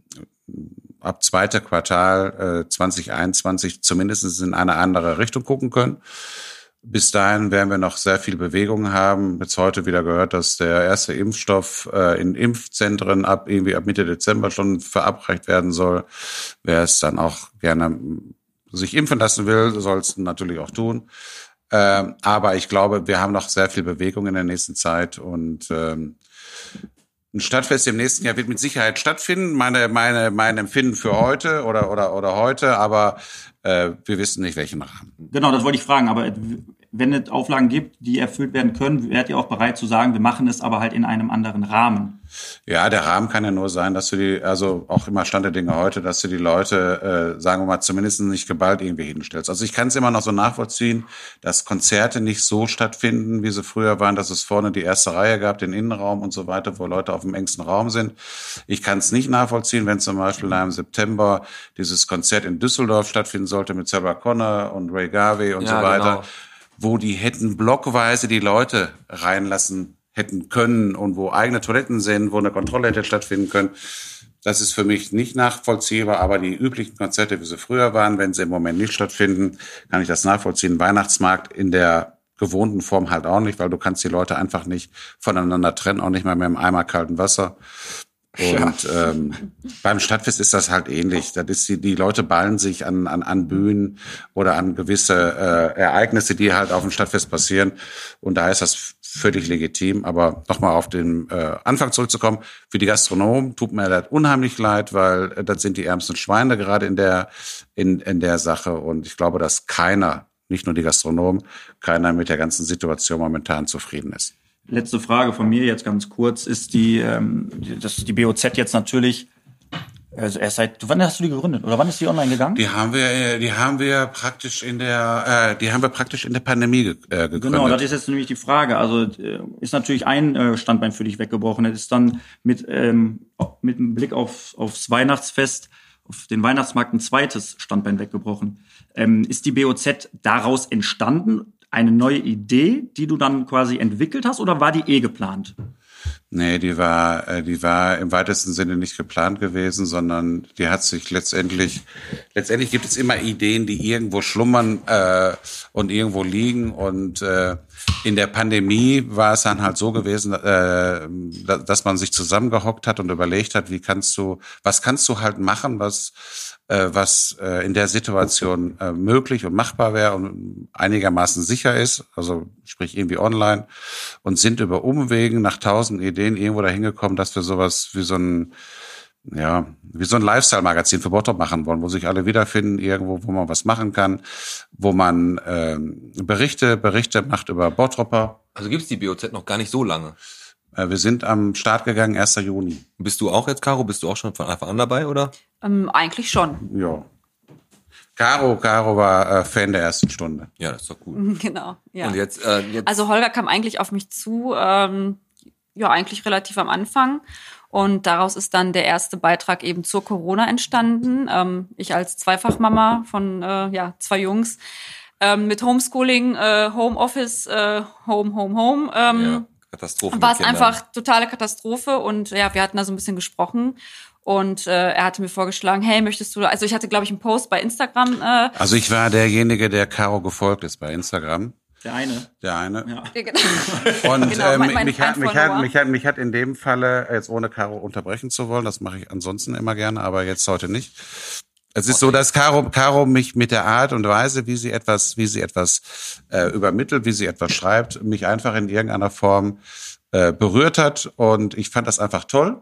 ab 2. Quartal 2021 zumindest in eine andere Richtung gucken können. Bis dahin werden wir noch sehr viel Bewegung haben. Jetzt heute wieder gehört, dass der erste Impfstoff in Impfzentren ab Mitte Dezember schon verabreicht werden soll. Wer es dann auch gerne sich impfen lassen will, soll es natürlich auch tun. Aber ich glaube, wir haben noch sehr viel Bewegung in der nächsten Zeit und ein Stadtfest im nächsten Jahr wird mit Sicherheit stattfinden. Mein Empfinden für heute oder heute, aber wir wissen nicht, welchen Rahmen. Genau, das wollte ich fragen. Aber wenn es Auflagen gibt, die erfüllt werden können, wärt ihr auch bereit zu sagen, wir machen es aber halt in einem anderen Rahmen? Ja, der Rahmen kann ja nur sein, dass du also auch immer Stand der Dinge heute, dass du die Leute, sagen wir mal, zumindest nicht geballt irgendwie hinstellst. Also ich kann es immer noch so nachvollziehen, dass Konzerte nicht so stattfinden, wie sie früher waren, dass es vorne die erste Reihe gab, den Innenraum und so weiter, wo Leute auf dem engsten Raum sind. Ich kann es nicht nachvollziehen, wenn zum Beispiel im September dieses Konzert in Düsseldorf stattfinden sollte mit Sarah Connor und Ray Garvey und so weiter, genau, wo die hätten blockweise die Leute reinlassen hätten können und wo eigene Toiletten sind, wo eine Kontrolle hätte stattfinden können. Das ist für mich nicht nachvollziehbar, aber die üblichen Konzerte, wie sie früher waren, wenn sie im Moment nicht stattfinden, kann ich das nachvollziehen. Weihnachtsmarkt in der gewohnten Form halt auch nicht, weil du kannst die Leute einfach nicht voneinander trennen, auch nicht mal mehr im Eimer kalten Wasser. Und beim Stadtfest ist das halt ähnlich. Das ist die Leute ballen sich an Bühnen oder an gewisse Ereignisse, die halt auf dem Stadtfest passieren. Und da ist das völlig legitim. Aber nochmal auf den Anfang zurückzukommen. Für die Gastronomen tut mir das unheimlich leid, weil das sind die ärmsten Schweine gerade in der Sache. Und ich glaube, dass keiner, nicht nur die Gastronomen, keiner mit der ganzen Situation momentan zufrieden ist. Letzte Frage von mir jetzt ganz kurz ist die BOZ jetzt natürlich, also erst wann hast du die gegründet oder wann ist die online gegangen? Die haben wir praktisch in der Pandemie gegründet. Genau, das ist jetzt nämlich die Frage. Also ist natürlich ein Standbein für dich weggebrochen. Das ist dann mit einem Blick aufs Weihnachtsfest, auf den Weihnachtsmarkt ein zweites Standbein weggebrochen. Ist die BOZ daraus entstanden? Eine neue Idee, die du dann quasi entwickelt hast, oder war die geplant? Nee, die war im weitesten Sinne nicht geplant gewesen, sondern die hat sich letztendlich gibt es immer Ideen, die irgendwo schlummern und irgendwo liegen. Und in der Pandemie war es dann halt so gewesen, dass man sich zusammengehockt hat und überlegt hat, was kannst du halt machen, was in der Situation möglich und machbar wäre und einigermaßen sicher ist, also sprich irgendwie online, und sind über Umwegen nach 1000 Ideen irgendwo dahin gekommen, dass wir sowas wie so ein Lifestyle-Magazin für Bottrop machen wollen, wo sich alle wiederfinden, irgendwo, wo man was machen kann, wo man Berichte macht über Bottropper. Also gibt's die BOZ noch gar nicht so lange? Wir sind am Start gegangen, 1. Juni. Bist du auch jetzt, Caro? Bist du auch schon von Anfang an dabei, oder? Eigentlich schon. Ja. Caro war Fan der ersten Stunde. Ja, das ist doch gut. Genau, ja. Und jetzt Also Holger kam eigentlich auf mich zu, eigentlich relativ am Anfang. Und daraus ist dann der erste Beitrag eben zur Corona entstanden. Ich als Zweifachmama von 2 Jungs mit Homeschooling, Homeoffice, Home. Katastrophe. War es einfach totale Katastrophe. Und ja, wir hatten da so ein bisschen gesprochen. Und er hatte mir vorgeschlagen, hey, möchtest du, also ich hatte, glaube ich, einen Post bei Instagram. Also ich war derjenige, der Caro gefolgt ist bei Instagram. Der eine. Ja. Genau. Und genau, mich hat in dem Falle, jetzt ohne Caro unterbrechen zu wollen, das mache ich ansonsten immer gerne, aber jetzt heute nicht. Es ist so, dass Caro mich mit der Art und Weise, wie sie etwas übermittelt, wie sie etwas schreibt, mich einfach in irgendeiner Form berührt hat, und ich fand das einfach toll.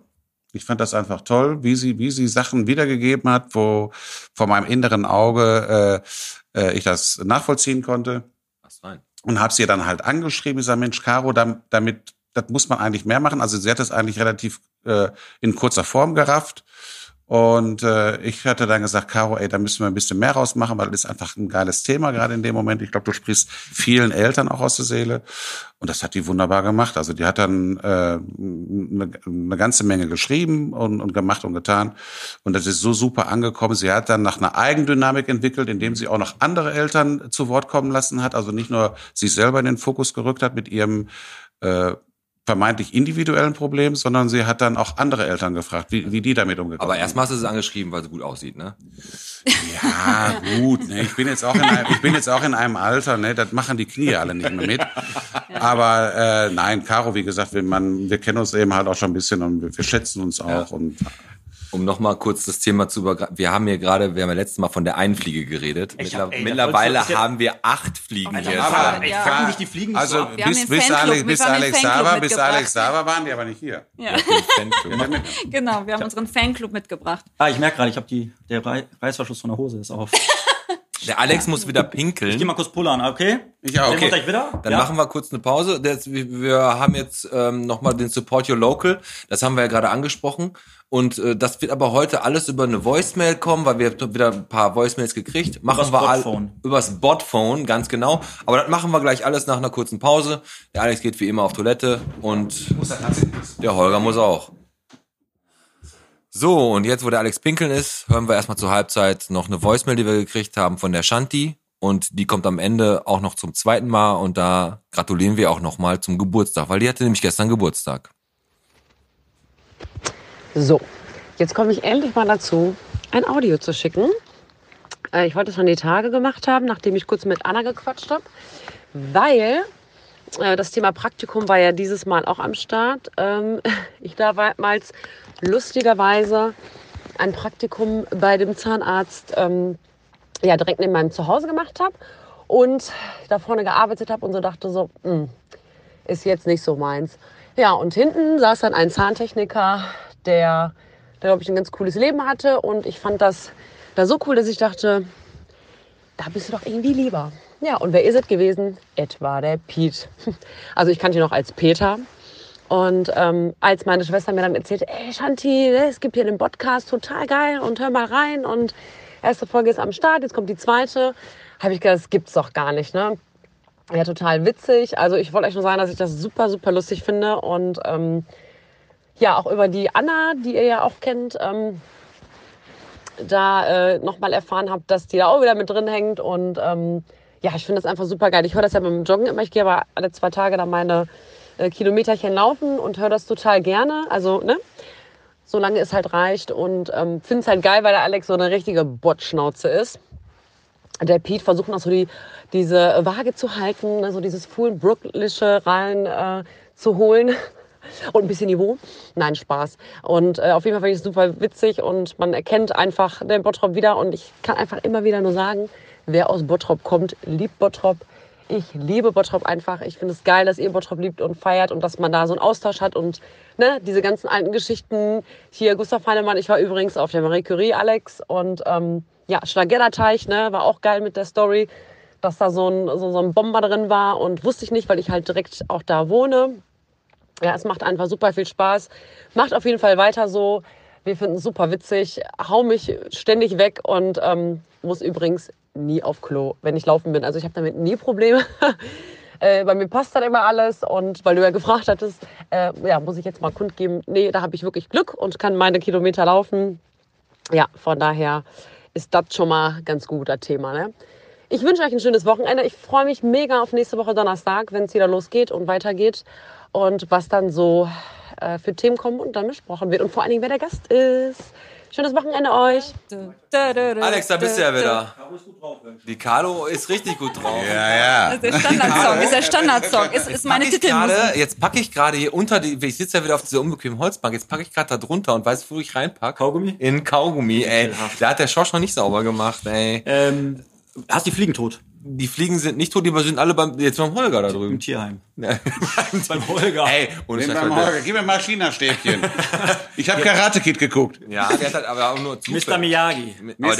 Wie sie Sachen wiedergegeben hat, wo vor meinem inneren Auge ich das nachvollziehen konnte. Was rein? Und habe sie dann halt angeschrieben, ich sage, Mensch, Caro, damit, das muss man eigentlich mehr machen. Also sie hat das eigentlich relativ in kurzer Form gerafft Und ich hatte dann gesagt, Caro, ey, da müssen wir ein bisschen mehr rausmachen, weil das ist einfach ein geiles Thema gerade in dem Moment. Ich glaube, du sprichst vielen Eltern auch aus der Seele. Und das hat die wunderbar gemacht. Also die hat dann eine ganze Menge geschrieben und gemacht und getan. Und das ist so super angekommen. Sie hat dann nach einer Eigendynamik entwickelt, indem sie auch noch andere Eltern zu Wort kommen lassen hat. Also nicht nur sich selber in den Fokus gerückt hat mit ihrem vermeintlich individuellen Problem, sondern sie hat dann auch andere Eltern gefragt, wie die damit umgegangen sind. Aber erstmal hast du sie angeschrieben, weil sie gut aussieht, ne? Ja, gut, ne? Ich bin jetzt auch in einem Alter, ne? Das machen die Knie alle nicht mehr mit. Aber nein, Caro, wie gesagt, wir kennen uns eben halt auch schon ein bisschen und wir schätzen uns auch. Und um nochmal kurz das Thema zu übergreifen. Wir haben ja letztes Mal von der einen Fliege geredet. Mittlerweile haben wir 8 Fliegen jetzt. Packen dich die Fliegen also so ab? bis Alex da war, waren die aber nicht hier. Ja. Genau, wir haben unseren Fanclub mitgebracht. Ich merke gerade, der Reißverschluss von der Hose ist auf. Der Alex muss wieder pinkeln. Ich geh mal kurz pullern, okay? Ich auch. Okay. Gleich wieder? Dann machen wir kurz eine Pause. Wir haben jetzt nochmal den Support Your Local. Das haben wir ja gerade angesprochen. Und das wird aber heute alles über eine Voicemail kommen, weil wir haben wieder ein paar Voicemails gekriegt. Übers Botphone, ganz genau. Aber das machen wir gleich alles nach einer kurzen Pause. Der Alex geht wie immer auf Toilette und der Holger muss auch. So, und jetzt, wo der Alex pinkeln ist, hören wir erstmal zur Halbzeit noch eine Voicemail, die wir gekriegt haben von der Shanti. Und die kommt am Ende auch noch zum 2. Mal. Und da gratulieren wir auch nochmal zum Geburtstag, weil die hatte nämlich gestern Geburtstag. So, jetzt komme ich endlich mal dazu, ein Audio zu schicken. Ich wollte es schon die Tage gemacht haben, nachdem ich kurz mit Anna gequatscht habe. Weil das Thema Praktikum war ja dieses Mal auch am Start. Ich damals lustigerweise ein Praktikum bei dem Zahnarzt direkt neben meinem Zuhause gemacht habe und da vorne gearbeitet habe und so dachte so, ist jetzt nicht so meins. Ja, und hinten saß dann ein Zahntechniker, der glaube ich, ein ganz cooles Leben hatte und ich fand das da so cool, dass ich dachte, da bist du doch irgendwie lieber. Ja, und wer ist es gewesen? Etwa der Piet. Also ich kannte ihn noch als Peter. Und als meine Schwester mir dann erzählte, ey Shanti, es gibt hier einen Podcast, total geil und hör mal rein und erste Folge ist am Start, jetzt kommt die zweite, habe ich gedacht, das gibt's doch gar nicht, ne? Ja, total witzig. Also ich wollte euch nur sagen, dass ich das super, super lustig finde und auch über die Anna, die ihr ja auch kennt, nochmal erfahren habt, dass die da auch wieder mit drin hängt und ich finde das einfach super geil. Ich höre das ja beim Joggen immer, ich gehe aber alle 2 Tage da meine Kilometerchen laufen und höre das total gerne. Also, ne? Solange es halt reicht. Und finde es halt geil, weil der Alex so eine richtige Bottschnauze ist. Der Piet versucht noch so diese Waage zu halten, ne? So dieses Fuhlbrückliche rein zu holen. Und ein bisschen Niveau. Nein, Spaß. Und auf jeden Fall finde ich es super witzig und man erkennt einfach den Bottrop wieder. Und ich kann einfach immer wieder nur sagen, wer aus Bottrop kommt, liebt Bottrop. Ich liebe Bottrop einfach. Ich finde es geil, dass ihr Bottrop liebt und feiert und dass man da so einen Austausch hat und ne, diese ganzen alten Geschichten. Hier Gustav Heinemann, ich war übrigens auf der Marie Curie, Alex. Und Schlagerteich, ne, war auch geil mit der Story, dass da so ein Bomber drin war und wusste ich nicht, weil ich halt direkt auch da wohne. Ja, es macht einfach super viel Spaß. Macht auf jeden Fall weiter so. Wir finden es super witzig. Hau mich ständig weg und muss übrigens nie auf Klo, wenn ich laufen bin. Also ich habe damit nie Probleme. Bei mir passt dann immer alles. Und weil du ja gefragt hattest, muss ich jetzt mal kundgeben, nee, da habe ich wirklich Glück und kann meine Kilometer laufen. Ja, von daher ist das schon mal ganz guter Thema, ne? Ich wünsche euch ein schönes Wochenende. Ich freue mich mega auf nächste Woche Donnerstag, wenn es wieder losgeht und weitergeht. Und was dann so für Themen kommen und dann besprochen wird. Und vor allen Dingen, wer der Gast ist. Schönes Wochenende euch. Alex, da bist du ja wieder. Die Carlo ist richtig gut drauf. Ja. Der Standardsong. Ist meine Titelmusik. Jetzt packe ich gerade hier ich sitze ja wieder auf dieser unbequemen Holzbank, jetzt packe ich gerade da drunter und weiß, wo ich reinpacke. Kaugummi? In Kaugummi, ey. Da hat der Schorsch noch nicht sauber gemacht, ey. Hast die Fliegen tot? Die Fliegen sind nicht tot, die sind alle jetzt beim Holger da drüben. Im Tierheim. Beim Holger. Ey, beim Holger. Gib mir mal China-Stäbchen. Ich habe Karate Kid geguckt. Ja, der hat halt aber auch nur Zufall. Mr. Miyagi.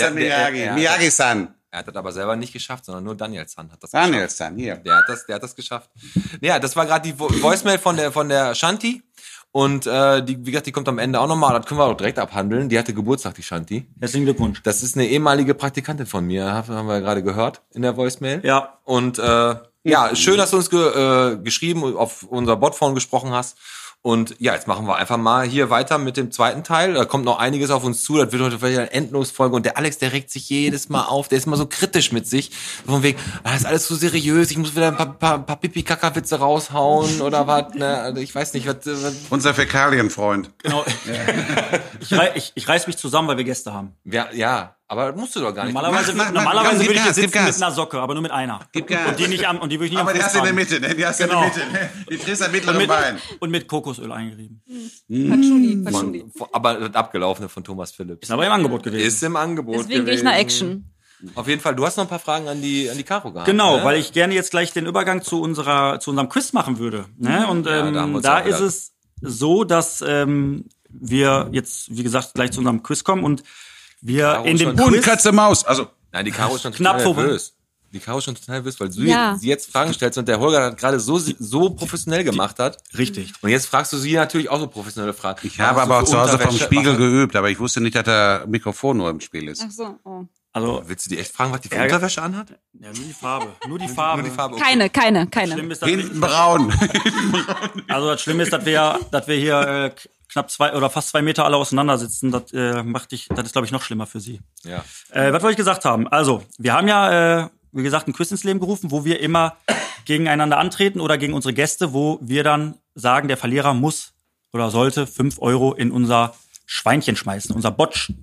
Miyagi-san. Er hat das aber selber nicht geschafft, sondern nur Daniel-san hat das Daniel-san, hier. Der hat das geschafft. Ja, das war gerade die Voicemail von der Shanti. Und wie gesagt, die kommt am Ende auch nochmal. Das können wir auch direkt abhandeln. Die hatte Geburtstag, die Shanti. Herzlichen Glückwunsch. Das ist eine ehemalige Praktikantin von mir, haben wir gerade gehört in der Voicemail. Ja. Und ja, schön, dass du uns geschrieben, auf unser Botphone gesprochen hast. Und ja, jetzt machen wir einfach mal hier weiter mit dem zweiten Teil. Da kommt noch einiges auf uns zu. Das wird heute vielleicht eine Endlosfolge. Und der Alex, der regt sich jedes Mal auf. Der ist immer so kritisch mit sich. Von wegen, das ist alles so seriös. Ich muss wieder ein paar Pipi-Kaka-Witze raushauen oder was. Ne? Also ich weiß nicht, was. Unser Fäkalienfreund. Genau. Ich reiß mich zusammen, weil wir Gäste haben. Ja, aber das musst du doch gar nicht. Normalerweise würde ich jetzt sitzen mit einer Socke, aber nur mit einer. Gib Gas. Und die will ich nicht Aber am die Fuß hast du in der tragen. Mitte, ne? Die hast du Genau. in der Mitte, ne? Die drehst am mittleren Bein. Und mit Kokosöl eingerieben. Patchouli. Aber das Abgelaufene von Thomas Phillips. Ist aber im Angebot gewesen. Ist im Angebot Deswegen gehe ich nach Action. Auf jeden Fall, du hast noch ein paar Fragen an die Caro gehabt. Genau, ne? weil ich gerne jetzt gleich den Übergang zu unserem Quiz machen würde. Ne? Und Ja, da haben wir uns da auch ist wieder- es so, dass wir jetzt, wie gesagt, gleich zu unserem Quiz kommen und wir Caro in dem schon- Hund, Quiz... Katze, Maus. Also, Nein, die Caro ist schon Knapp total vorbei. nervös. Die Caro ist schon total nervös, weil du Ja. sie jetzt Fragen stellst und der Holger das gerade so professionell gemacht hat. Richtig. Und jetzt fragst du sie natürlich auch so professionelle Fragen. ich habe aber auch zu Hause vom Spiegel geübt, aber ich wusste nicht, dass da Mikrofon nur im Spiel ist. Ach so, oh. Also, Willst du die echt fragen, was die für Ärger- Unterwäsche anhat? ja, nur die Farbe. Nur die Farbe. Nur die Farbe. Okay. Keine. Schlimm ist, dass Hinten braun. Also das Schlimme ist, dass wir hier knapp fast 2 Meter alle auseinander sitzen. Das ist, glaube ich, noch schlimmer für Sie. Ja. Was wollte ich gesagt haben? Also, wir haben ja, wie gesagt, ein Quiz ins Leben gerufen, wo wir immer gegeneinander antreten oder gegen unsere Gäste, wo wir dann sagen, der Verlierer muss oder sollte 5 € in unser Schweinchen schmeißen. Unser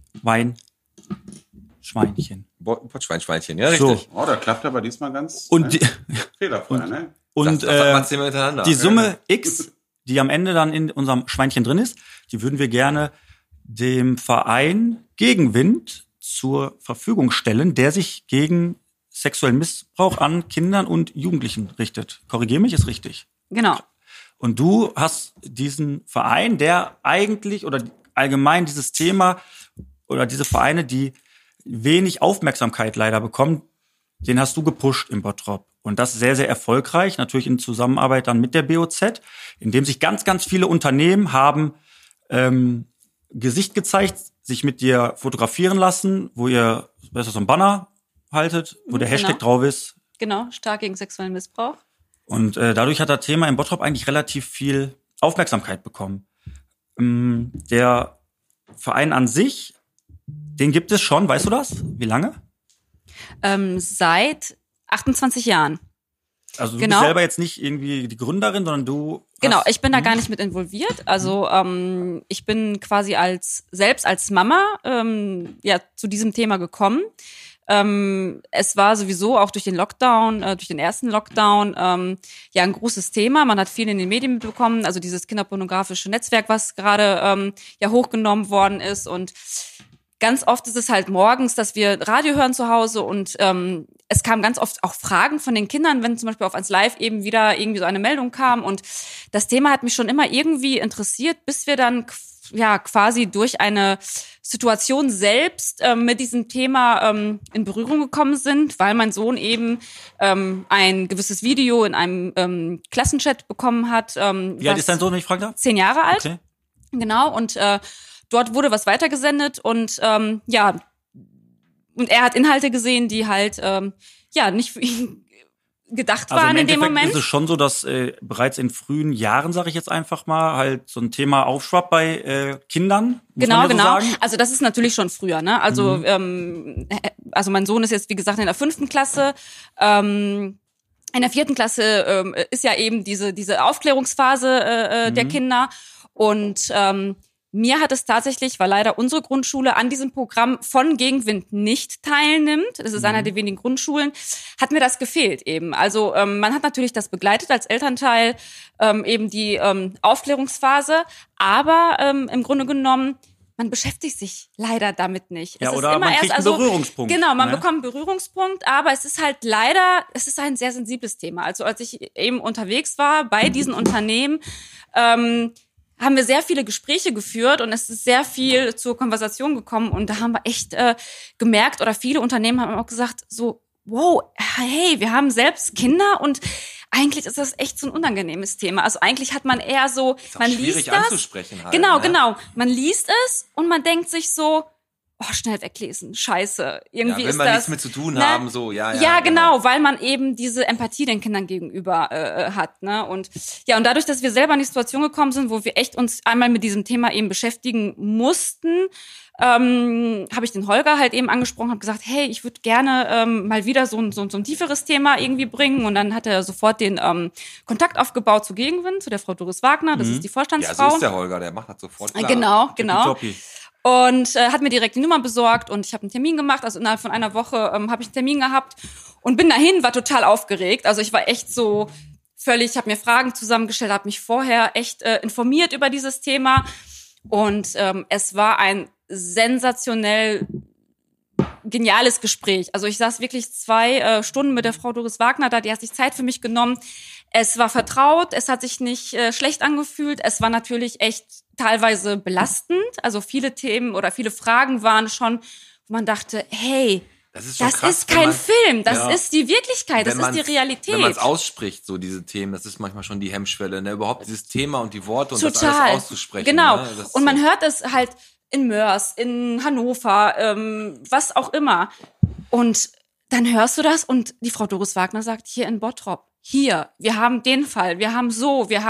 Schweinchen. Schweinchen, ja, richtig. Oh, da klappt aber diesmal ganz Und die, fehlerfrei, ne? und Sag mal miteinander. die Summe X, die am Ende dann in unserem Schweinchen drin ist, die würden wir gerne dem Verein Gegenwind zur Verfügung stellen, der sich gegen sexuellen Missbrauch an Kindern und Jugendlichen richtet. Korrigier mich, ist richtig. Genau. Und du hast diesen Verein, der eigentlich oder allgemein dieses Thema oder diese Vereine, die wenig Aufmerksamkeit leider bekommen, den hast du gepusht im Bottrop. Und das sehr, sehr erfolgreich, natürlich in Zusammenarbeit dann mit der BOZ, in dem sich ganz, ganz viele Unternehmen haben Gesicht gezeigt, sich mit dir fotografieren lassen, wo ihr, weißt du, so ein Banner haltet, wo der Hashtag drauf ist. Genau, stark gegen sexuellen Missbrauch. Und dadurch hat das Thema im Bottrop eigentlich relativ viel Aufmerksamkeit bekommen. Der Verein an sich, den gibt es schon, weißt du das? Wie lange? Seit 28 Jahren. Also du Genau. bist selber jetzt nicht irgendwie die Gründerin, sondern du Genau, hast, ich bin da gar nicht mit involviert. Also ich bin quasi selbst als Mama zu diesem Thema gekommen. Es war sowieso auch durch den Lockdown, durch den ersten Lockdown, ein großes Thema. Man hat viel in den Medien mitbekommen, also dieses kinderpornografische Netzwerk, was gerade hochgenommen worden ist. Und ganz oft ist es halt morgens, dass wir Radio hören zu Hause und es kamen ganz oft auch Fragen von den Kindern, wenn zum Beispiel auf 1 Live eben wieder irgendwie so eine Meldung kam. Und das Thema hat mich schon immer irgendwie interessiert, bis wir dann quasi durch eine Situation selbst mit diesem Thema in Berührung gekommen sind, weil mein Sohn eben ein gewisses Video in einem Klassenchat bekommen hat. Wie alt ist dein Sohn, wenn ich fragen darf? 10 Jahre alt. Okay. Genau, und dort wurde was weitergesendet und und er hat Inhalte gesehen, die halt nicht für ihn gedacht Also waren im in dem Endeffekt Moment. ist es schon so, dass bereits in frühen Jahren, sage ich jetzt einfach mal, halt so ein Thema aufschwappt bei Kindern. Muss Genau, man ja so genau. sagen. Also das ist natürlich schon früher, ne? Also also mein Sohn ist jetzt wie gesagt in der 5. Klasse. In der 4. Klasse ist ja eben diese Aufklärungsphase der Kinder und mir hat es tatsächlich, weil leider unsere Grundschule an diesem Programm von Gegenwind nicht teilnimmt, das ist einer der wenigen Grundschulen, hat mir das gefehlt eben. Also man hat natürlich das begleitet als Elternteil, eben die Aufklärungsphase, aber im Grunde genommen, man beschäftigt sich leider damit nicht. Ja, Es ist oder immer man kriegt einen Berührungspunkt. Genau, man ne? bekommt einen Berührungspunkt, aber es ist halt leider, es ist ein sehr sensibles Thema. Also als ich eben unterwegs war bei diesen Unternehmen, haben wir sehr viele Gespräche geführt und es ist sehr viel zur Konversation gekommen und da haben wir echt gemerkt oder viele Unternehmen haben auch gesagt so, wow, hey, wir haben selbst Kinder und eigentlich ist das echt so ein unangenehmes Thema. Also eigentlich hat man eher so, man schwierig liest das. anzusprechen halt, Genau, ne? genau. Man liest es und man denkt sich so, oh, schnell weglesen, scheiße. Irgendwie Ja, wenn ist wir das, nichts mit zu tun ne? haben, so, ja. Ja, genau, weil man eben diese Empathie den Kindern gegenüber hat, ne? Und ja, und dadurch, dass wir selber in die Situation gekommen sind, wo wir echt uns einmal mit diesem Thema eben beschäftigen mussten, habe ich den Holger halt eben angesprochen, habe gesagt, hey, ich würde gerne mal wieder so ein tieferes Thema irgendwie bringen. Und dann hat er sofort den Kontakt aufgebaut zu Gegenwind, zu der Frau Doris Wagner, das ist die Ja, Vorstandsfrau. so ist der Holger, der macht das sofort klar. Genau. Tippitoppi. Und hat mir direkt die Nummer besorgt und ich habe einen Termin gemacht. Also innerhalb von einer Woche habe ich einen Termin gehabt und bin dahin, war total aufgeregt. Also ich war echt so völlig, habe mir Fragen zusammengestellt, habe mich vorher echt informiert über dieses Thema. Und es war ein sensationell geniales Gespräch. Also ich saß wirklich 2 Stunden mit der Frau Doris Wagner da, die hat sich Zeit für mich genommen. Es war vertraut, es hat sich nicht schlecht angefühlt. Es war natürlich echt teilweise belastend. Also viele Themen oder viele Fragen waren schon, wo man dachte, hey, Das ist, schon das krass, ist kein Film, das Ja. ist die Wirklichkeit, das ist die Realität. Wenn man es ausspricht, so diese Themen, das ist manchmal schon die Hemmschwelle, ne? Überhaupt dieses Thema und die Worte und das Total. alles auszusprechen. Genau. Ne? Das ist Und man so. hört es halt in Mörs, in Hannover, was auch immer. Und dann hörst du das und die Frau Doris Wagner sagt, hier in Bottrop, hier, wir haben den Fall, wir haben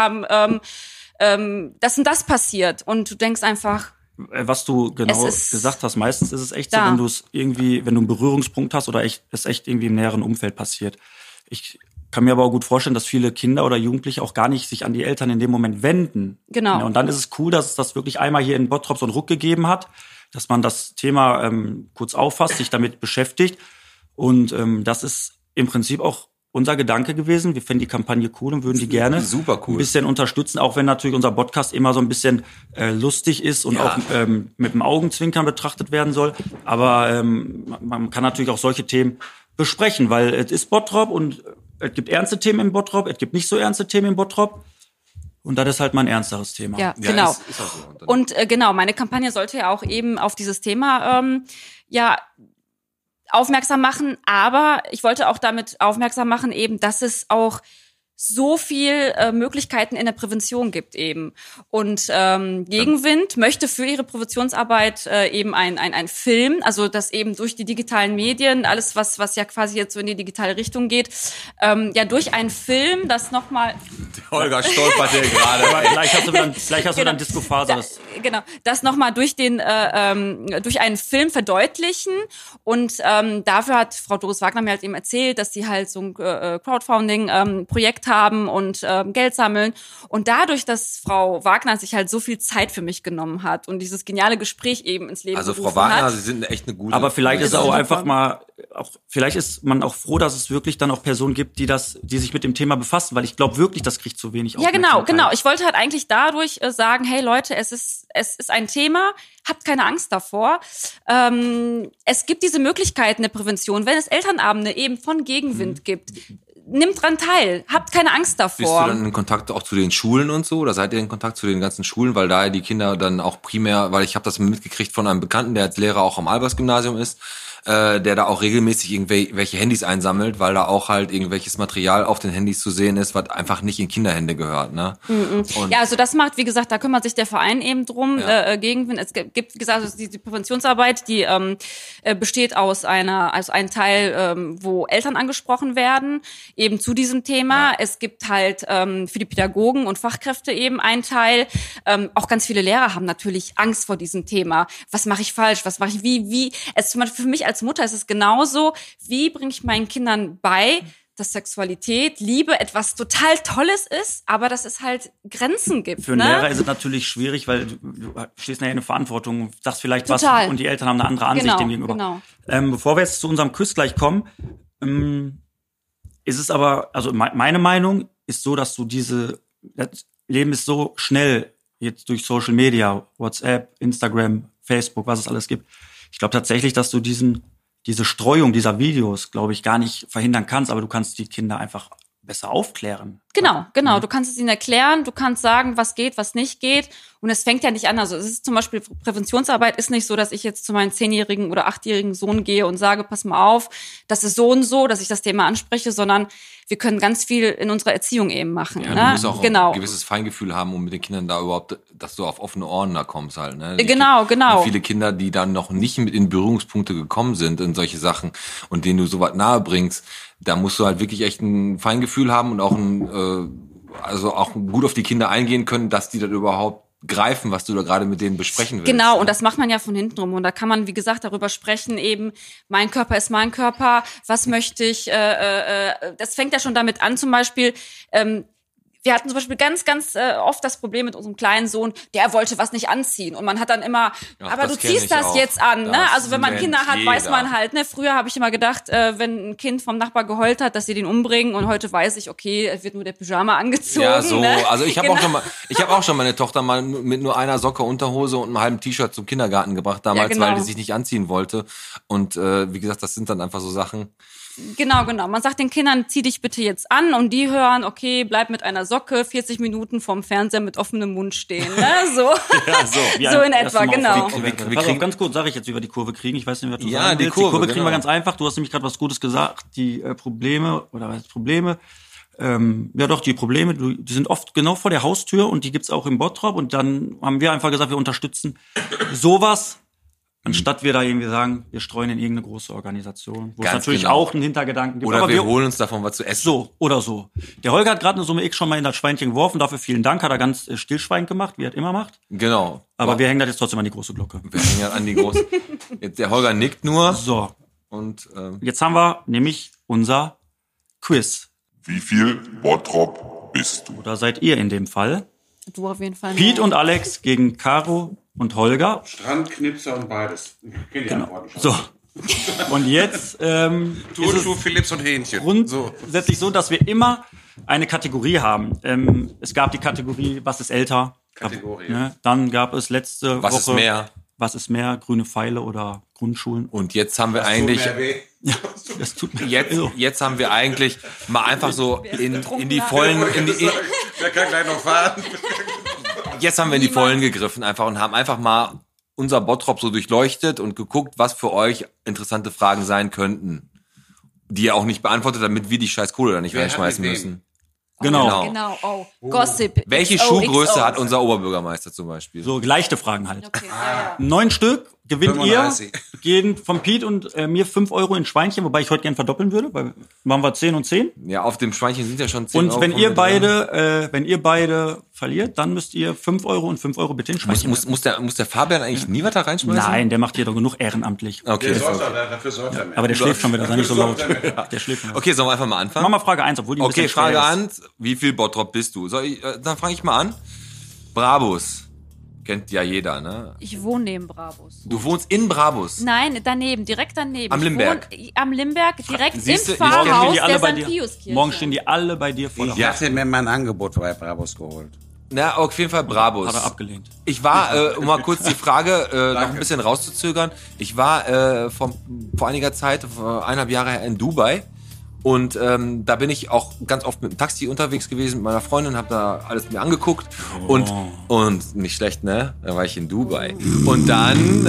das und das passiert. Und du denkst einfach, Was du genau Es ist gesagt hast, meistens ist es echt so, da. wenn du es irgendwie, wenn du einen Berührungspunkt hast oder es echt irgendwie im näheren Umfeld passiert. Ich kann mir aber auch gut vorstellen, dass viele Kinder oder Jugendliche auch gar nicht sich an die Eltern in dem Moment wenden. Genau. Ja, und dann ist es cool, dass es das wirklich einmal hier in Bottrop so einen Ruck gegeben hat, dass man das Thema kurz auffasst, sich damit beschäftigt. Und das ist im Prinzip auch unser Gedanke gewesen. Wir fänden die Kampagne cool und würden die gerne super cool. ein bisschen unterstützen, auch wenn natürlich unser Podcast immer so ein bisschen lustig ist und Ja. auch mit dem Augenzwinkern betrachtet werden soll. Aber man kann natürlich auch solche Themen besprechen, weil es ist Bottrop und es gibt ernste Themen in Bottrop, es gibt nicht so ernste Themen in Bottrop. Und das ist halt mal ein ernsteres Thema. ja, Ja, genau. ist auch so. Und genau, meine Kampagne sollte ja auch eben auf dieses Thema aufmerksam machen, aber ich wollte auch damit aufmerksam machen, eben, dass es auch so viel Möglichkeiten in der Prävention gibt eben. Und Gegenwind möchte für ihre Präventionsarbeit eben ein Film, also das eben durch die digitalen Medien, alles was ja quasi jetzt so in die digitale Richtung geht, ja durch einen Film, das nochmal Holger stolpert hier gerade. Aber gleich hast du dann Disco-Faser. genau, das nochmal durch durch einen Film verdeutlichen. Und dafür hat Frau Doris Wagner mir halt eben erzählt, dass sie halt so ein Crowdfunding-Projekt haben und Geld sammeln. Und dadurch, dass Frau Wagner sich halt so viel Zeit für mich genommen hat und dieses geniale Gespräch eben ins Leben Also gerufen Frau Wagner, hat. Sie sind echt eine gute. Aber vielleicht ist Das auch ist einfach super. mal, vielleicht ist man auch froh, dass es wirklich dann auch Personen gibt, die sich mit dem Thema befassen, weil ich glaube wirklich, das kriegt zu wenig Ja, Aufmerksamkeit. genau. Ich wollte halt eigentlich dadurch sagen, hey Leute, es ist ein Thema, habt keine Angst davor. Es gibt diese Möglichkeiten der Prävention, wenn es Elternabende eben von Gegenwind gibt. Nimmt dran teil, habt keine Angst davor. Bist du dann in Kontakt auch zu den Schulen und so? Oder seid ihr in Kontakt zu den ganzen Schulen? Weil da die Kinder dann auch primär, weil ich habe das mitgekriegt von einem Bekannten, der als Lehrer auch am Albers-Gymnasium ist, der da auch regelmäßig irgendwelche Handys einsammelt, weil da auch halt irgendwelches Material auf den Handys zu sehen ist, was einfach nicht in Kinderhände gehört. Ne? Und Ja, also das macht, wie gesagt, da kümmert sich der Verein eben drum, Ja. Gegenwind. Es gibt, wie gesagt, also die Präventionsarbeit, die besteht aus einem Teil, wo Eltern angesprochen werden, eben zu diesem Thema. Ja. Es gibt halt für die Pädagogen und Fachkräfte eben einen Teil. Auch ganz viele Lehrer haben natürlich Angst vor diesem Thema. Was mache ich falsch? Was mache ich wie? Es zum Beispiel für mich als Mutter ist es genauso. Wie bringe ich meinen Kindern bei, dass Sexualität, Liebe etwas total Tolles ist, aber dass es halt Grenzen gibt. Für einen ne? Lehrer ist es natürlich schwierig, weil du stehst nachher in der Verantwortung, sagst vielleicht Total. was und die Eltern haben eine andere Ansicht Genau, dem gegenüber. genau. Bevor wir jetzt zu unserem Quiz gleich kommen, ist es aber, also meine Meinung ist so, dass das Leben ist so schnell jetzt durch Social Media, WhatsApp, Instagram, Facebook, was es alles gibt. Ich glaube tatsächlich, dass du diese Streuung dieser Videos, glaube ich, gar nicht verhindern kannst, aber du kannst die Kinder einfach besser aufklären. Genau. Du kannst es ihnen erklären, du kannst sagen, was geht, was nicht geht. Und es fängt ja nicht an. Also es ist zum Beispiel, Präventionsarbeit ist nicht so, dass ich jetzt zu meinem 10-jährigen oder 8-jährigen Sohn gehe und sage, pass mal auf, das ist so und so, dass ich das Thema anspreche, sondern wir können ganz viel in unserer Erziehung eben machen. Ja, ne? du musst auch ein gewisses Feingefühl haben, um mit den Kindern da überhaupt, dass du auf offene Ohren da kommst halt. Ne? Genau. Und viele Kinder, die dann noch nicht mit in Berührungspunkte gekommen sind in solche Sachen und denen du so was nahe bringst, da musst du halt wirklich echt ein Feingefühl haben und auch auch gut auf die Kinder eingehen können, dass die das überhaupt greifen, was du da gerade mit denen besprechen willst. Genau, und das macht man ja von hinten rum. Und da kann man, wie gesagt, darüber sprechen, eben, mein Körper ist mein Körper, was möchte ich, das fängt ja schon damit an, zum Beispiel, wir hatten zum Beispiel ganz oft das Problem mit unserem kleinen Sohn, der wollte was nicht anziehen. Und man hat dann immer, aber du ziehst das jetzt an. Ne? Also wenn man Kinder hat, weiß man halt. Ne? Früher habe ich immer gedacht, wenn ein Kind vom Nachbar geheult hat, dass sie den umbringen. Und heute weiß ich, okay, es wird nur der Pyjama angezogen. Ja, so. Ne? Also ich habe auch schon meine Tochter mal mit nur einer Socke, Unterhose und einem halben T-Shirt zum Kindergarten gebracht damals, weil die sich nicht anziehen wollte. Und wie gesagt, das sind dann einfach so Sachen. Genau. Man sagt den Kindern, zieh dich bitte jetzt an, und die hören, okay, bleib mit einer Socke 40 Minuten vorm Fernseher mit offenem Mund stehen. Ne? So, so in etwa, genau. Pass auf, ganz kurz, sage ich jetzt, wie wir die Kurve kriegen. Ich weiß nicht, was du Ja, sagen die willst. Kurve, Die Kurve kriegen genau. wir ganz einfach. Du hast nämlich gerade was Gutes gesagt. Die Probleme, die Probleme, die sind oft genau vor der Haustür, und die gibt's auch im Bottrop. Und dann haben wir einfach gesagt, wir unterstützen sowas, anstatt wir da irgendwie sagen, wir streuen in irgendeine große Organisation, wo es Ganz natürlich genau. auch einen Hintergedanken gibt. Oder Aber wir holen uns davon was zu essen. so oder so. Der Holger hat gerade eine Summe X schon mal in das Schweinchen geworfen. Dafür vielen Dank. Hat er ganz stillschweigend gemacht, wie er es immer macht. Genau. Aber wir hängen das jetzt trotzdem an die große Glocke. Wir hängen ja an die große. Jetzt der Holger nickt nur. So, Und jetzt haben wir nämlich unser Quiz. Wie viel Bottrop bist du? Oder seid ihr in dem Fall? Du auf jeden Fall. Pete und Alex gegen Caro und Holger. Strandknipser und beides. Ich kenne die Antworten schon. So. Und jetzt ist es Turnschuh, Philips und Hähnchen. grundsätzlich so, dass wir immer eine Kategorie haben. Es gab die Kategorie, was ist älter? Kategorie. Ne? Dann gab es letzte was Woche, ist mehr? Was ist mehr? Grüne Pfeile oder Grundschulen? Und jetzt haben wir eigentlich, Das tut mir jetzt haben wir eigentlich mal einfach so in die Vollen, Wer kann gleich noch fahren? jetzt haben wir in die Vollen gegriffen einfach und haben einfach mal unser Bottrop so durchleuchtet und geguckt, was für euch interessante Fragen sein könnten, die ihr auch nicht beantwortet, damit wir die scheiß Kohle da nicht Wer reinschmeißen hat müssen. Genau. Genau. Gossip. Welche XO, Schuhgröße XO. hat unser Oberbürgermeister zum Beispiel? So leichte Fragen halt. Okay, ja. 9 Stück gewinnt 35. ihr, gehen von Pete und mir 5 Euro in Schweinchen, wobei ich heute gern verdoppeln würde, weil machen wir 10 und 10. Ja, auf dem Schweinchen sind ja schon 10 Und Euro wenn von ihr mit drin. wenn ihr beide verliert, dann müsst ihr 5 Euro und 5 Euro bitte in Schweinchen. Muss der Fabian eigentlich nie was da reinschmeißen? Nein, der macht hier doch genug ehrenamtlich. Okay. Dafür sorgt er mehr. Aber der schläft schon wieder, sei nicht so laut. Der schläft schon. Okay, sollen wir einfach mal anfangen? Mach mal Frage 1, obwohl die ein Okay, bisschen schwer Frage ist. an. Wie viel Bottrop bist du? Dann fange ich mal an. Brabus. Kennt ja jeder, ne? Ich wohne neben Brabus. Du wohnst in Brabus. Nein, daneben, direkt daneben. Am Ich Limberg. wohne am Limberg, direkt Siehst du, im jetzt kennen wir Pfarrhaus Die alle der bei St. dir. Piuskirche. Morgen stehen die alle bei dir vor der Ich hatte mir mein Angebot bei Brabus geholt. Na, auf jeden Fall Brabus. Hat er abgelehnt. Ich war, um mal kurz die Frage noch ein bisschen rauszuzögern, ich war vor einiger Zeit, vor 1,5 Jahre her in Dubai. Und da bin ich auch ganz oft mit dem Taxi unterwegs gewesen mit meiner Freundin, habe da alles mir angeguckt und nicht schlecht, ne? Da war ich in Dubai. Und dann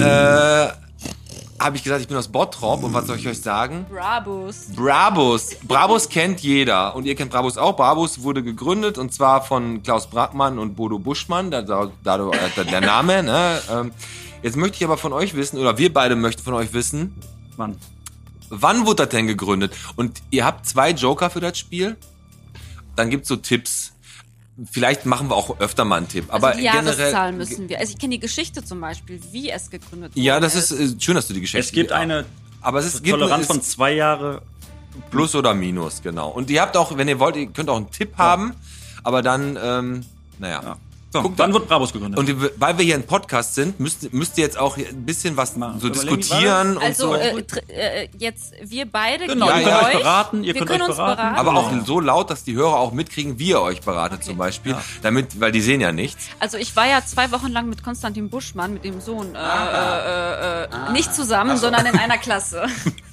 habe ich gesagt, ich bin aus Bottrop und was soll ich euch sagen? Brabus kennt jeder und ihr kennt Brabus auch. Brabus wurde gegründet und zwar von Klaus Brackmann und Bodo Buschmann, der Name. Ne? Jetzt möchte ich aber von euch wissen, oder wir beide möchten von euch wissen, Mann. wann wurde das denn gegründet? Und ihr habt 2 Joker für das Spiel. Dann gibt's so Tipps. Vielleicht machen wir auch öfter mal einen Tipp. Aber Also die Jahreszahl generell müssen wir. Also ich kenne die Geschichte zum Beispiel, wie es gegründet wurde. Ja, das ist schön, dass du die Geschichte. Es gibt eine aber es gibt Toleranz es von 2 Jahre. Plus oder Minus, genau. Und ihr habt auch, wenn ihr wollt, ihr könnt auch einen Tipp haben. Aber dann, naja. So, dann wird Brabus gegründet. Und weil wir hier ein Podcast sind, müsst ihr jetzt auch ein bisschen was so Überlegen, diskutieren und Also so. Jetzt wir beide Genau, gegen ihr könnt euch euch. beraten, ihr wir könnt können euch uns beraten. Aber auch so laut, dass die Hörer auch mitkriegen, wie ihr euch beratet zum Beispiel. Damit, weil die sehen ja nichts. Also ich war ja 2 Wochen lang mit Konstantin Buschmann, mit dem Sohn, nicht zusammen, sondern in einer Klasse.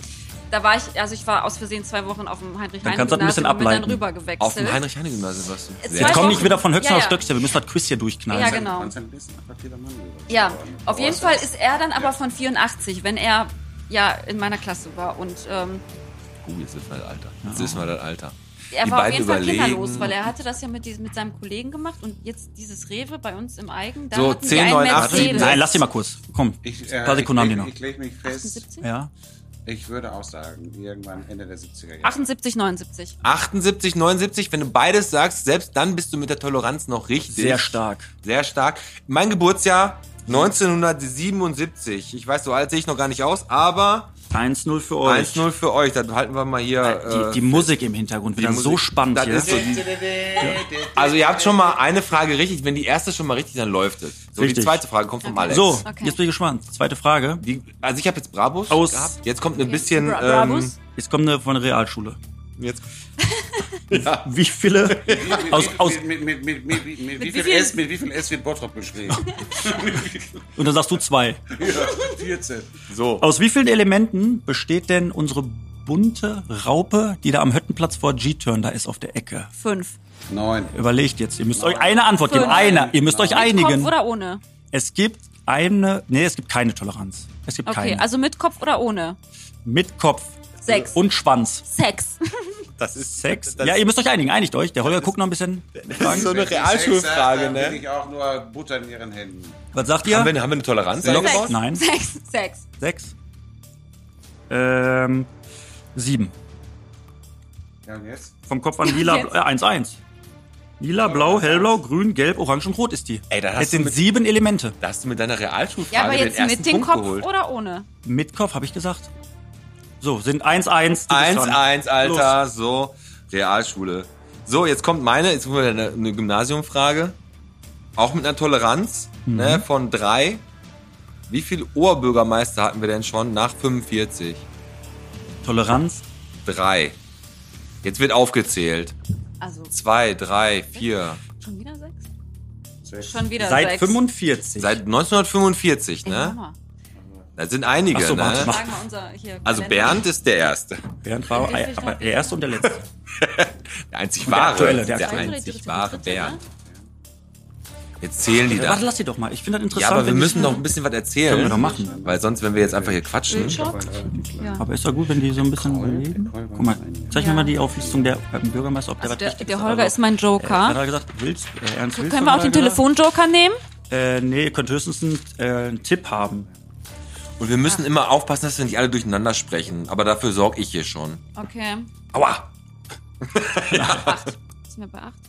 Da war ich war aus Versehen 2 Wochen auf dem Heinrich-Heine-Gymnasium kannst du das ein bisschen und bin dann ableiten. rüber gewechselt. Auf dem Heinrich-Heine-Gymnasium warst du. Zwei Jetzt komm nicht Wochen. wieder von Höchster Ja, auf ja. Stöckster. Wir müssen das Quiz hier durchknallen. Ja, genau. Konstantin Lissner, Quartierter Mann. Ja, auf jeden Fall ist er dann aber von 84, wenn er ja in meiner Klasse war. Und Jetzt wissen wir das Alter. Jetzt wissen wir das Alter. er Die war auf beiden jeden Fall überlegen. kinderlos, weil er hatte das ja mit seinem Kollegen gemacht und jetzt dieses Rewe bei uns im Eigen, da So, hatten 10, die einen 9, 8, Mercedes. 7, Nein, lass die mal kurz. Komm, ein paar Sekunden haben die noch. Ich lege mich fest, 78? Ja. ich würde auch sagen, irgendwann Ende der 70er Jahre. 78, 79. 78, 79, wenn du beides sagst, selbst dann bist du mit der Toleranz noch richtig. Sehr stark. Sehr stark. Mein Geburtsjahr 1977. Ich weiß, so alt sehe ich noch gar nicht aus, aber 1-0 für euch. 1-0 für euch. Dann halten wir mal hier. Die Musik im Hintergrund wieder Musik. so spannend Das hier. ist so also ihr habt schon mal eine Frage richtig. Wenn die erste schon mal richtig, dann läuft es. So, Richtig. die zweite Frage kommt vom Alex. So, Okay. jetzt bin ich gespannt. Zweite Frage. Also ich habe jetzt Brabus Aus- gehabt. Jetzt kommt ein bisschen... Brabus? Jetzt kommt eine von der Realschule. Jetzt, Wie viele aus Mit wie viel S wird Bottrop beschrieben? und dann sagst du 2. Ja, 14. so. Aus wie vielen Elementen besteht denn unsere bunte Raupe, die da am Höttenplatz vor G-Turn da ist auf der Ecke? 5. 9. Überlegt jetzt. Ihr müsst euch eine Antwort geben. Eine. Ihr müsst euch Mit einigen. Kopf oder ohne? Es gibt eine. Nee, es gibt keine Toleranz. Es gibt Okay, keine. also mit Kopf oder ohne? Mit Kopf 6. und Schwanz. Sex. Das ist Sex. Ja, ihr müsst euch einigen. Einigt euch. Der Holger guckt noch ein bisschen. Das ist so eine Realschulfrage, Bin ne? ich auch nur Butter in ihren Händen. Was sagt ihr? Haben wir eine Toleranz? Sex. eingebaut? Nein. Sex. 6. 7. Ja, und jetzt? Vom Kopf an lila. Jetzt? 1-1. Lila, blau, hellblau, grün, gelb, orange und rot ist die. Ey, da hast es du sind mit- 7 Elemente. Da hast du mit deiner Realschulfrage Ja, aber den jetzt ersten mit dem Punkt Kopf geholt. oder ohne? Mit Kopf, habe ich gesagt. So, sind 1-1. Du bist dran. 1-1, Alter. So, Realschule. So, jetzt kommt meine, jetzt wieder eine Gymnasiumfrage. Auch mit einer Toleranz ne, von 3. Wie viele Oberbürgermeister hatten wir denn schon nach 45? Toleranz. 3. Jetzt wird aufgezählt. Also 2, 3, 4. schon wieder 6? 6. Schon wieder Seit 6. 45. Seit 1945, ne? Da sind einige, Ach so, ne? warte mal. Sagen wir unser hier Also Kalender. Bernd ist der Erste. Bernd war aber der erste und der letzte. Der einzig der wahre. aktuelle, der Der aktuelle. einzig wahre Bernd. Jetzt zählen die da. Warte, lass die doch mal. Ich finde das Ja, interessant. aber wir wenn die- müssen doch ein bisschen was erzählen. Können wir doch machen. Weil sonst, wenn wir jetzt einfach hier quatschen. Bildschirm? Aber ist doch gut, wenn die so ein bisschen überlegen. Guck mal, zeig mir mal die Auflistung der Bürgermeister, ob der Also was richtig der ist. Holger ist mein Hat Joker. er gesagt, Ernst Wilson Können wir auch hat den er gesagt? Telefonjoker nehmen? Nee, ihr könnt höchstens einen Tipp haben. Und wir müssen immer aufpassen, dass wir nicht alle durcheinander sprechen. Aber dafür sorge ich hier schon. Okay. Aua! 8. Sind wir bei 8?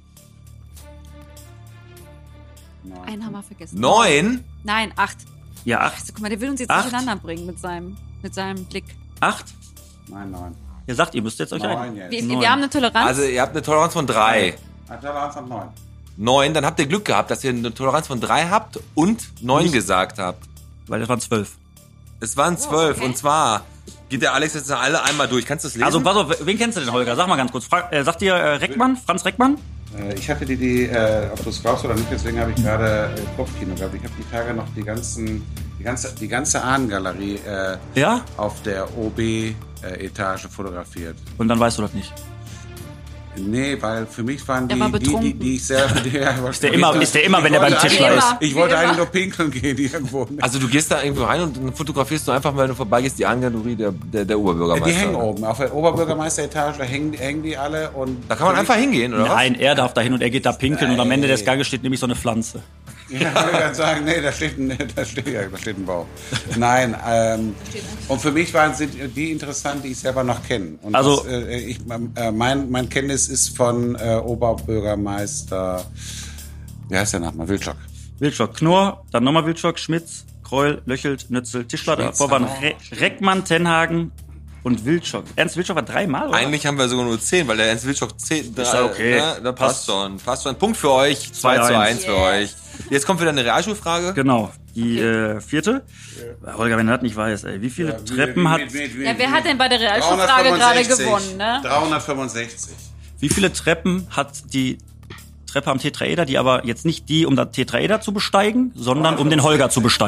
Einen haben wir vergessen. 9? Nein, 8. Ja, 8. Also, guck mal, der will uns jetzt 8? durcheinander bringen mit seinem Blick. 8? Nein, 9. Ihr sagt, ihr müsst jetzt euch 9 ein. jetzt. Wir, 9. wir haben eine Toleranz. Also ihr habt eine Toleranz von 3. Toleranz von 9. 9, dann habt ihr Glück gehabt, dass ihr eine Toleranz von 3 habt und 9 gesagt habt. Weil das waren 12. Es waren 12 okay. und zwar geht der Alex jetzt alle einmal durch. Kannst du das lesen? Also, pass auf, wen kennst du denn, Holger? Sag mal ganz kurz. Sagt ihr Reckmann? Franz Reckmann? Ich hatte ob du es glaubst oder nicht, deswegen habe ich gerade Kopfkino gehabt. Ich habe die Tage noch die ganze Ahnengalerie Ja? auf der OB-Etage fotografiert. Und dann weißt du das nicht. Nee, weil für mich waren Der war betrunken. die ich selber... Ist der immer, wenn der beim Tischler ist? Ich wollte Wie immer. eigentlich nur pinkeln gehen irgendwo. Also du gehst da irgendwo rein und dann fotografierst du einfach, wenn du vorbeigehst, die Ahnengalerie der Oberbürgermeister. Die hängen oben. Auf der Oberbürgermeisteretage hängen die alle. Und Da kann man einfach hingehen, oder Nein, er darf da hin und er geht da pinkeln und am Ende des Ganges steht nämlich so eine Pflanze. Ja, ich kann sagen, nee, da steht ein Baum. Nein, und für mich sind die interessant, die ich selber noch kenne. Und Also- mein Kenntnis ist von Oberbürgermeister, wie heißt der Name? Wilczok. Wilczok, Knorr, dann nochmal Wilczok, Schmitz, Kreul, Löchelt, Nützel, Tischler. Davor waren Reckmann, Tenhagen und Wilczok. Ernst Wilczok war 3-mal, oder? Eigentlich haben wir sogar nur 10, weil der Ernst Wilczok 10. Ist ja okay. Ne, da passt schon. Passt schon. Punkt für euch. 2:1 für euch. Jetzt kommt wieder eine Realschulfrage. Genau, die 4. Holger, wenn du das nicht weißt, ey, wie viele Treppen hat... Ja, wer hat denn bei der Realschulfrage gerade gewonnen, ne? 365. Wie viele Treppen hat die Treppe am Tetraeder, die aber jetzt nicht die, um das Tetraeder zu besteigen, sondern um den Holger zu besteigen?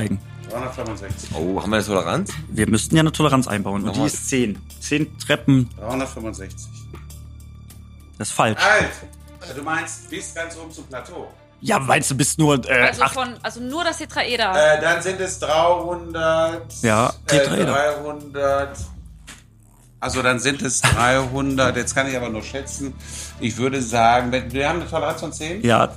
365. Oh, haben wir eine Toleranz? Wir müssten ja eine Toleranz einbauen. Und die Nochmal. ist 10. 10 Treppen, 365. das ist falsch. Halt! Du meinst bis ganz oben zum Plateau. Ja, meinst du, bist nur Also nur das Tetraeder. Dann sind es 300. Ja, Tetraeder. 300. Also dann sind es 300. Jetzt kann ich aber nur schätzen. Ich würde sagen, wir haben eine Toleranz von 10? Ja,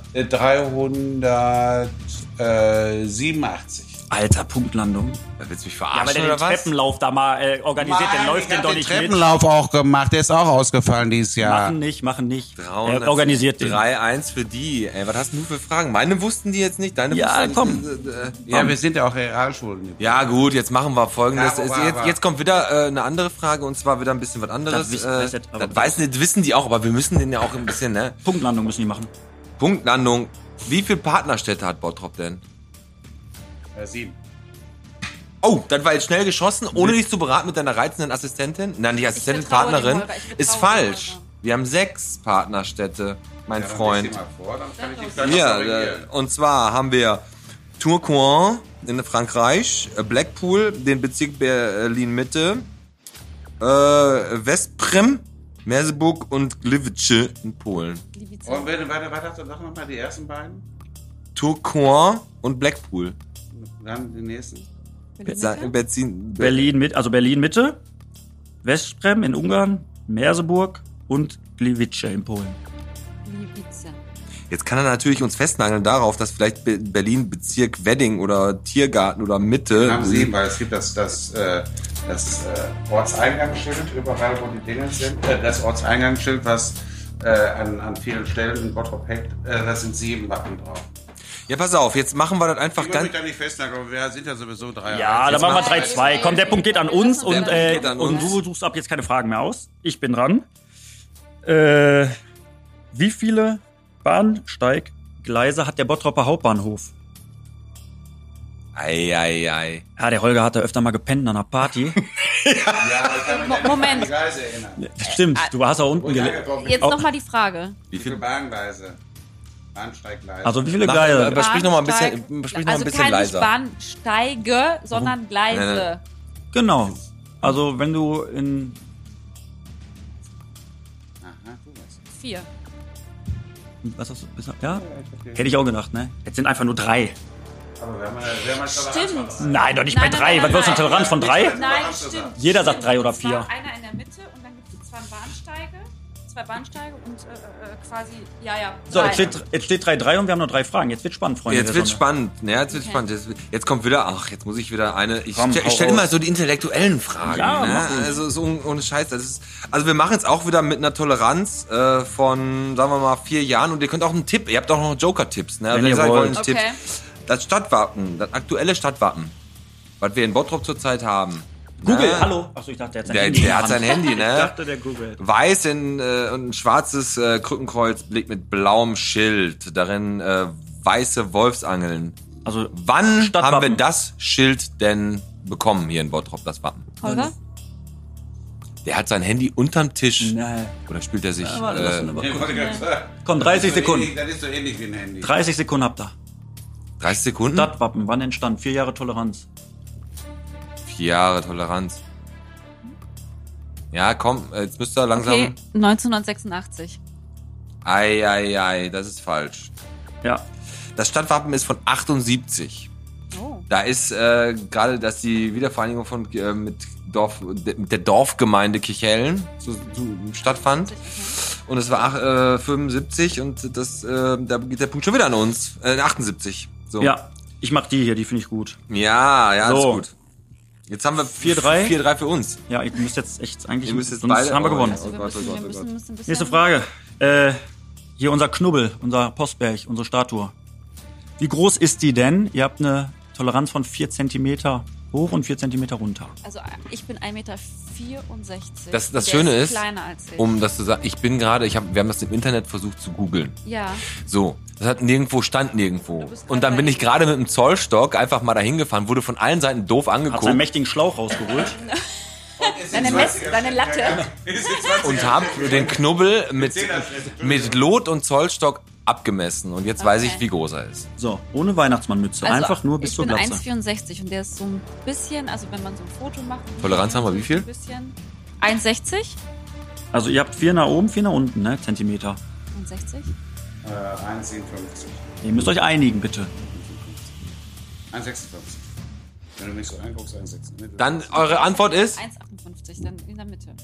387. Alter, Punktlandung. Da willst du mich Ja, weil verarschen der oder den was? Treppenlauf da mal organisiert, der läuft den doch nicht mit. Treppenlauf auch gemacht. Der ist auch ausgefallen dieses Jahr. Machen nicht. 300, Er organisiert den. 3-1 für die. Ey, was hast du für Fragen? Meine wussten die jetzt nicht, deine Ja, wussten komm. Ja, wir sind ja auch Realschulen. Ja gut, jetzt machen wir Folgendes. Ja, aber- Jetzt kommt wieder eine andere Frage und zwar wieder ein bisschen was anderes. Das Wissen die auch, aber wir müssen den ja auch ein bisschen, ne? Punktlandung müssen die machen. Punktlandung. Wie viele Partnerstädte hat Bottrop denn? 7. Oh, das war jetzt schnell geschossen, ohne dich zu beraten mit deiner reizenden Assistentin. Nein, die Assistentin, vertraue dem Partnerin Holger, ich ist vertraue dem falsch. Holger. Wir haben 6 Partnerstädte, mein Freund. Mal vor, dann kann ich die vielleicht noch Ja, korrigieren. und zwar haben wir Tourcoing in Frankreich, Blackpool, den Bezirk Berlin-Mitte, Westprem, Merseburg und Gliwice in Polen. Und warte, sag nochmal die ersten beiden. Tourcoing und Blackpool. Dann die nächsten. Berlin Mitte, Westprem in Ungarn, Merseburg und Gliwice in Polen. Jetzt kann er natürlich uns festnageln darauf, dass vielleicht Berlin Bezirk Wedding oder Tiergarten oder Mitte. Haben Sie, weil es gibt das Ortseingangsschild überall, wo die Dinge sind. Das Ortseingangsschild, was an vielen Stellen in Bottrop hängt, da sind 7 Wappen drauf. Ja, pass auf, jetzt machen wir das einfach Ich will mich ganz. da nicht festnageln, aber wir sind ja sowieso 3. Ja, dann machen wir 3-2. Komm, der Punkt geht an uns Der und, Punkt geht an und uns. du suchst ab jetzt keine Fragen mehr aus. Ich bin dran. Wie viele Bahnsteiggleise hat der Bottroper Hauptbahnhof? Ei. Ja, der Holger hat da öfter mal gepennt an einer Party. Ja, ich kann mich an Moment. die Gleise erinnern. Das stimmt, du hast auch unten Wo ich gelebt. angekommen bin. Jetzt nochmal die Frage. Wie viele Bahngleise? Bahnsteiggleise. Also wie viele Mach, Gleise? aber sprich noch mal ein Bahnsteig- bisschen, sprich noch ein also bisschen kein leiser. Bahnsteige, sondern Gleise. Genau. Also wenn du in... Aha, du weißt. 4. Was hast du? Ja? Hätte ich auch gedacht, ne? Jetzt sind einfach nur 3. Aber wir haben Toleranz Stimmt. von- Nein, doch nicht bei 3. Was willst du, eine Toleranz von 3? Nein, stimmt. Jeder sagt Stimmt. 3 oder Es war 4. einer in der Mitte und dann gibt es 2 Bahnsteige und quasi, ja. So, 3. jetzt steht 3-3 und wir haben noch 3 Fragen. Jetzt wird spannend, Freunde. Jetzt der wird's Sonne. spannend. Ja, jetzt wird's spannend. Jetzt kommt wieder, jetzt muss ich wieder eine. Ich Komm, hau stelle raus. immer so die intellektuellen Fragen. Ja, ne? mach ruhig. Also so ohne Scheiß. Also wir machen jetzt auch wieder mit einer Toleranz von, sagen wir mal, 4 Jahren. Und ihr könnt auch einen Tipp, ihr habt auch noch Joker-Tipps. Ne? Wenn ihr sagt, wollt. einen Tipp. Okay. Das Stadtwappen, das aktuelle Stadtwappen, was wir in Bottrop zurzeit haben. Google, ne? hallo. Achso, ich dachte, der hat sein Der, Handy. in der hat Hand. sein Handy, Ich ne? dachte, der googelt. Weiß und ein schwarzes Krückenkreuz, Blick mit blauem Schild, darin weiße Wolfsangeln. Also, Wann Stadtwappen. haben wir das Schild denn bekommen hier in Bottrop, das Wappen? Holger? Der hat sein Handy unterm Tisch. nein. Oder spielt er sich? warte, lass ihn aber Ich wollte gerade sagen, Komm, 30 das ist so Sekunden. ähnlich- Das ist so ähnlich wie ein Handy. 30 Sekunden habt ihr. 30 Sekunden? Stadtwappen, wann entstand? 4 Jahre Toleranz. 4 Jahre Toleranz. Ja, komm, jetzt müsst ihr langsam. Okay, 1986. Ei, das ist falsch. Ja. Das Stadtwappen ist von 78. Oh. Da ist gerade, dass die Wiedervereinigung von mit der Dorfgemeinde Kirchhellen stattfand. Und es war 75 und da geht der Punkt schon wieder an uns. 78. So. Ja, ich mach die hier, die finde ich gut. Ja, So. ist gut. Jetzt haben wir 4-3. 4-3 für uns. Ja, ihr müsst jetzt echt eigentlich... Ihr müsst jetzt sonst beide- haben wir oh, gewonnen. ja. Wir Gott, müssen, oh Gott, wir oh müssen, Gott. müssen ein bisschen... Nächste Frage. Hier unser Knubbel, unser Postberg, unsere Statue. Wie groß ist die denn? Ihr habt eine Toleranz von 4 Zentimeter hoch und 4 Zentimeter runter. Also ich bin 1,64 Meter. Das Der Schöne ist, kleiner als ich. um das zu sagen, ich bin gerade, wir haben das im Internet versucht zu googeln. Ja. So, das stand nirgendwo. bist Und dann gerade bin ich gerade mit dem Zollstock einfach mal dahin gefahren, wurde von allen Seiten doof Hat seinen angeguckt mächtigen Schlauch rausgeholt. Deine Latte. und hab den Knubbel mit Lot und Zollstock abgemessen und jetzt weiß ich, wie groß er ist. So, ohne Weihnachtsmannmütze. Also, Einfach nur bis zur Ich bin Glatze. 1,64 und der ist so ein bisschen, also wenn man so ein Foto macht. Toleranz haben wir wie viel? Ein bisschen. 1,60? Also ihr habt 4 nach oben, 4 nach unten, ne? Zentimeter. 1,60? 1,57. Ihr müsst euch einigen, bitte. 1,56. Wenn du mich so anguckst, 1,56. Dann eure Antwort ist 1,58, dann in der Mitte.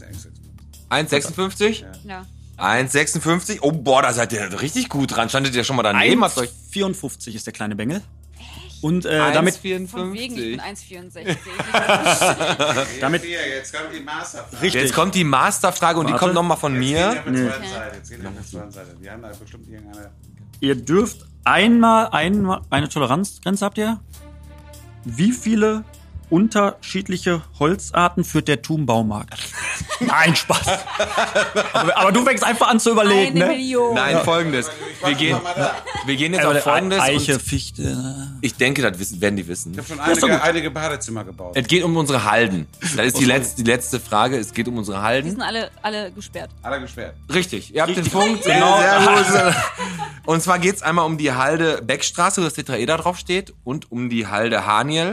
1,56. 1,56? Ja. 1,56? Oh, boah, da seid ihr richtig gut dran. Standet ihr schon mal daneben? Habt euch 1,54 ist der kleine Bengel. Und damit, Von wegen, ich bin 1,54. 1,64. damit Jetzt kommt die Masterfrage. richtig. Jetzt kommt die Masterfrage und die Warte. kommt nochmal von mir. Jetzt geht auf der zweiten Seite. Wir haben da bestimmt irgendeine... Ihr dürft einmal eine Toleranzgrenze habt ihr. Wie viele unterschiedliche Holzarten führt der Thum-Baumarkt? Nein, Spaß. aber du fängst einfach an zu überlegen, Eine ne? Million. Nein, folgendes. Wir gehen jetzt auf folgendes. Eiche, Und Fichte. ich denke, das werden die wissen. Ich habe schon einige Badezimmer gebaut. Es geht um unsere Halden. Das ist die letzte Frage. Es geht um unsere Die Halden. sind alle gesperrt. Alle gesperrt. Richtig, ihr habt den Punkt. Genau. Sehr gut. Und zwar geht's einmal um die Halde Beckstraße, wo das Tetraeder drauf steht, und um die Halde Haniel.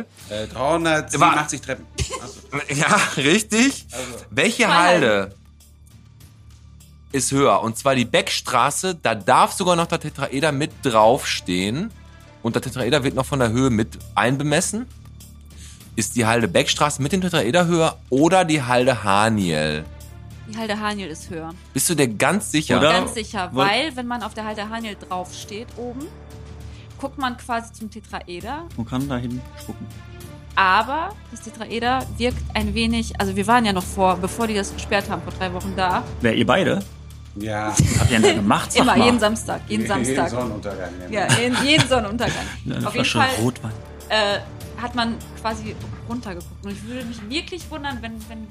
387 Treppen. Ja, richtig. Welche Halde ist höher? Und zwar die Beckstraße, da darf sogar noch der Tetraeder mit draufstehen. Und der Tetraeder wird noch von der Höhe mit einbemessen. Ist die Halde Beckstraße mit dem Tetraeder höher oder die Halde Haniel? Die Halde Haniel ist höher. Bist du dir ganz sicher? Oder? Ganz sicher, weil wenn man auf der Halde Haniel draufsteht oben, guckt man quasi zum Tetraeder. Man kann da hin spucken. Aber das Tetraeder wirkt ein wenig, also wir waren ja noch bevor die das gesperrt haben, vor 3 Wochen da. Wer, ihr beide? Ja. Habt ihr denn da gemacht? Sag Immer, mal. jeden Samstag. Jeden Sonnenuntergang. Ja, jeden Sonnenuntergang. Eine Auf jeden Flasche Fall Rotwein. hat man quasi runtergeguckt. Und ich würde mich wirklich wundern, wenn die...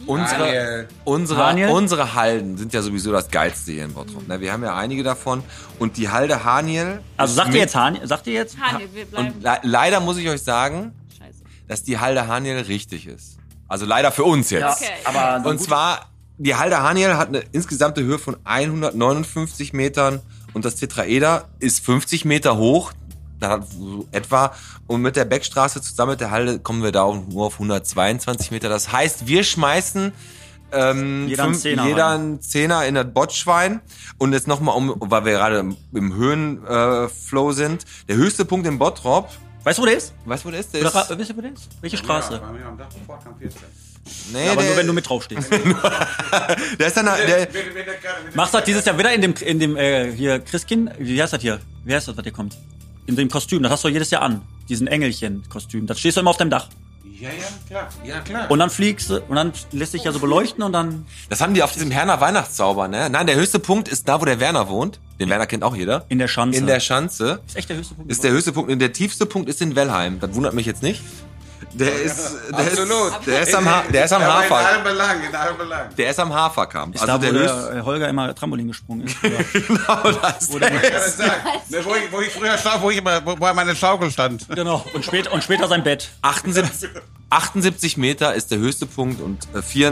Haniel. Unsere Halden sind ja sowieso das Geilste hier in Bottrop. Ne? Wir haben ja einige davon. Und die Halde Haniel... Also ist sagt ihr mit- jetzt Haniel? Sagt ihr jetzt? Haniel, wir bleiben... Und leider muss ich euch sagen, Scheiße. dass die Halde Haniel richtig ist. Also leider für uns jetzt. Okay. Aber Und zwar, die Halde Haniel hat eine insgesamte Höhe von 159 Metern und das Tetraeder ist 50 Meter hoch, so etwa. Und mit der Beckstraße zusammen mit der Halde kommen wir da nur auf 122 Meter. Das heißt, wir schmeißen Jeder einen Zehner jeder rein. einen Zehner in das Botschwein. Und jetzt nochmal, weil wir gerade im Höhenflow sind, der höchste Punkt im Bottrop, weißt du, wo der ist? weißt du, wo der ist? Der Oder ist wisst ihr, wo der ist? Welche Straße? Ja, bei mir am Dach vor Camp 14. nee, Aber der, nur wenn du mit draufstehst. der ist dann, der, Machst du das dieses Jahr wieder in dem hier Christkind? Wie heißt das hier? Wie heißt das, was hier kommt? In dem Kostüm, das hast du jedes Jahr an. Diesen Engelchen-Kostüm. Das stehst du immer auf deinem Dach. Ja, klar. Ja, klar. Und dann fliegst du, und dann lässt sich ja so beleuchten und dann das haben die auf diesem Herner Weihnachtszauber, ne? Nein, der höchste Punkt ist da, wo der Werner wohnt. Den Werner kennt auch jeder. in der Schanze. In der Schanze ist echt der höchste Punkt. ist der höchste Punkt. Und der tiefste Punkt ist in Wellheim. Das wundert mich jetzt nicht. Der ist am Haferkamp. In allem Belang. Der ist am Haferkamp. ist Also da, der wo höchste. der Holger immer Trampolin gesprungen ist. Oder? Genau, das Ich kann das sagen. Ne, wo ich früher wo meine Schaukel stand. Genau. Und später sein Bett. 78 Meter ist der höchste Punkt und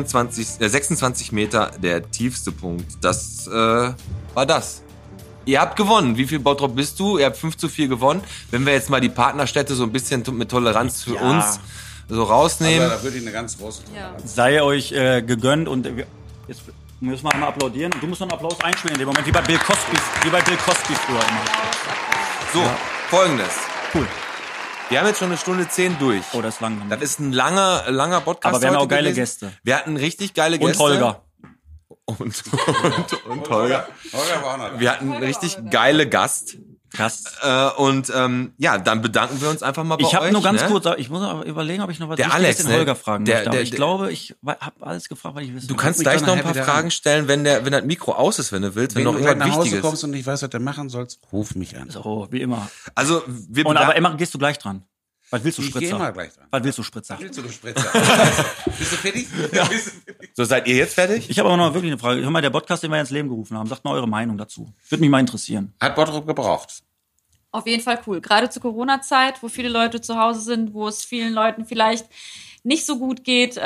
26 Meter der tiefste Punkt. Das war das. Ihr habt gewonnen. Wie viel Bottrop bist du? Ihr habt 5:4 gewonnen. Wenn wir jetzt mal die Partnerstädte so ein bisschen mit Toleranz für uns so rausnehmen. Aber da würde ich eine ganz große Toleranz. Sei euch gegönnt und jetzt müssen wir einmal applaudieren. Und du musst noch einen Applaus einspielen in dem Moment, wie bei Bill Cosby früher immer. So, folgendes. Cool. Wir haben jetzt schon 1:10 durch. Oh, das ist lang. Das ist ein langer Podcast. Aber wir haben heute auch geile gewesen. Gäste. Wir hatten richtig geile Und Gäste. Holger. Und Holger. Holger war auch noch da. Wir hatten einen richtig geile Gast. Krass. Und ja, dann bedanken wir uns einfach mal bei euch. Ich habe nur ganz ne? kurz, ich muss aber überlegen, ob ich noch was Der Wichtiges Alex, den ne? Holger fragen möchte. Aber ich der- glaube, ich habe alles gefragt, was ich wissen Du will. kannst mich gleich doch noch ein nachher paar wieder Fragen an. stellen, wenn das Mikro aus ist, wenn du willst, wenn Wenn noch du gleich nach irgendwas Hause Wichtiges. kommst und nicht weißt, was du machen sollst, ruf mich an. So, wie immer. Also, wir Und aber bedanken- immer gehst du gleich dran. Was willst du, Ich Spritzer? gehe mal gleich dran. Was willst du, Spritzer? Willst du, du Spritzer? Bist du fertig? So, seid ihr jetzt fertig? Ich habe aber noch wirklich eine Frage. Hör mal, der Podcast, den wir ins Leben gerufen haben, sagt mal eure Meinung dazu. Würde mich mal interessieren. Hat Bottrop gebraucht. Auf jeden Fall cool. Gerade zur Corona-Zeit, wo viele Leute zu Hause sind, wo es vielen Leuten vielleicht nicht so gut geht,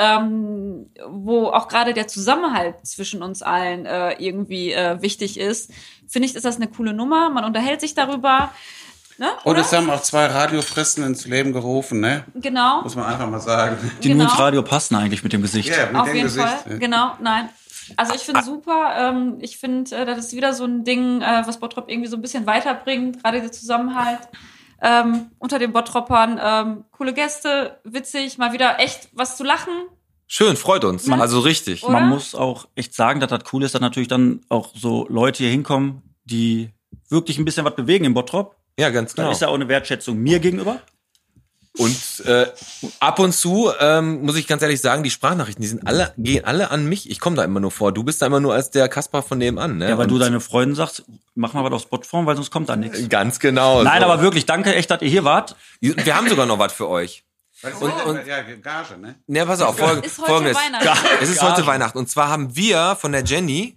wo auch gerade der Zusammenhalt zwischen uns allen irgendwie wichtig ist, finde ich, ist das eine coole Nummer. Man unterhält sich darüber. Ne, Und oder? es haben auch 2 Radiofressen ins Leben gerufen, ne? Genau. Muss man einfach mal sagen. Die nur ins Radio passen eigentlich mit dem Gesicht. Ja, mit Auf dem jeden Gesicht. Fall, genau, nein. Also ich finde super, ich finde, das ist wieder so ein Ding, was Bottrop irgendwie so ein bisschen weiterbringt, gerade der Zusammenhalt unter den Bottroppern. Coole Gäste, witzig, mal wieder echt was zu lachen. Schön, freut uns. Also richtig. Oder? Man muss auch echt sagen, dass das cool ist, dass natürlich dann auch so Leute hier hinkommen, die wirklich ein bisschen was bewegen im Bottrop. Ja, ganz genau. Das ist ja auch eine Wertschätzung mir gegenüber. Und ab und zu muss ich ganz ehrlich sagen, die Sprachnachrichten, gehen alle an mich. Ich komme da immer nur vor. Du bist da immer nur als der Kaspar von nebenan. Ne? Ja, weil und du deine Freundin sagst, mach mal was auf Spotform, weil sonst kommt da nichts. Ganz genau. Nein, so. aber wirklich, danke echt, dass ihr hier wart. Wir haben sogar noch was für euch. Und ja, Gage, ne? Ne, pass auf, Ist heute folgendes. Weihnachten. Es ist heute Weihnachten. Und zwar haben wir von der Jenny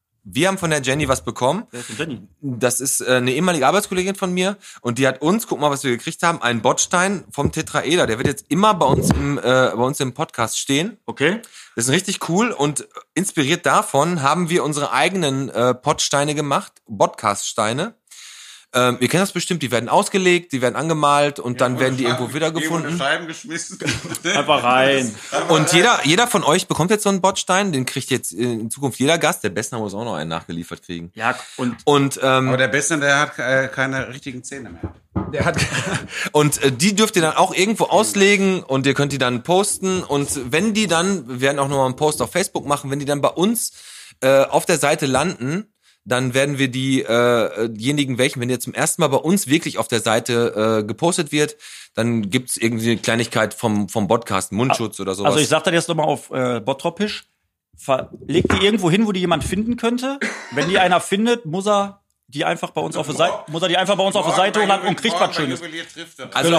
was bekommen. Wer ist denn Jenny? Das ist eine ehemalige Arbeitskollegin von mir und die hat uns, guck mal, was wir gekriegt haben, einen Bordstein vom Tetraeder. Der wird jetzt immer bei uns im Podcast stehen. Okay. Das ist richtig cool und inspiriert davon haben wir unsere eigenen Pottsteine gemacht, Podcaststeine. Ihr kennt das bestimmt, die werden ausgelegt, die werden angemalt und dann werden die irgendwo wiedergefunden. Scheiben geschmissen. Einfach rein. Und jeder von euch bekommt jetzt so einen Bordstein, den kriegt jetzt in Zukunft jeder Gast. Der Bessner muss auch noch einen nachgeliefert kriegen. Ja, Und Aber der Beste, der hat keine richtigen Zähne mehr. die dürft ihr dann auch irgendwo auslegen und ihr könnt die dann posten. Und wenn die dann, wir werden auch nochmal einen Post auf Facebook machen, wenn die dann bei uns auf der Seite landen, dann werden wir diejenigen, wenn ihr zum ersten Mal bei uns wirklich auf der Seite gepostet wird, dann gibt's irgendwie eine Kleinigkeit vom Podcast, Mundschutz oder sowas. also ich sag das jetzt nochmal auf Bottropisch. Legt die irgendwo hin, wo die jemand finden könnte. Wenn die einer findet, muss er die einfach bei uns auf der Seite, hochladen und kriegt was Schönes. Also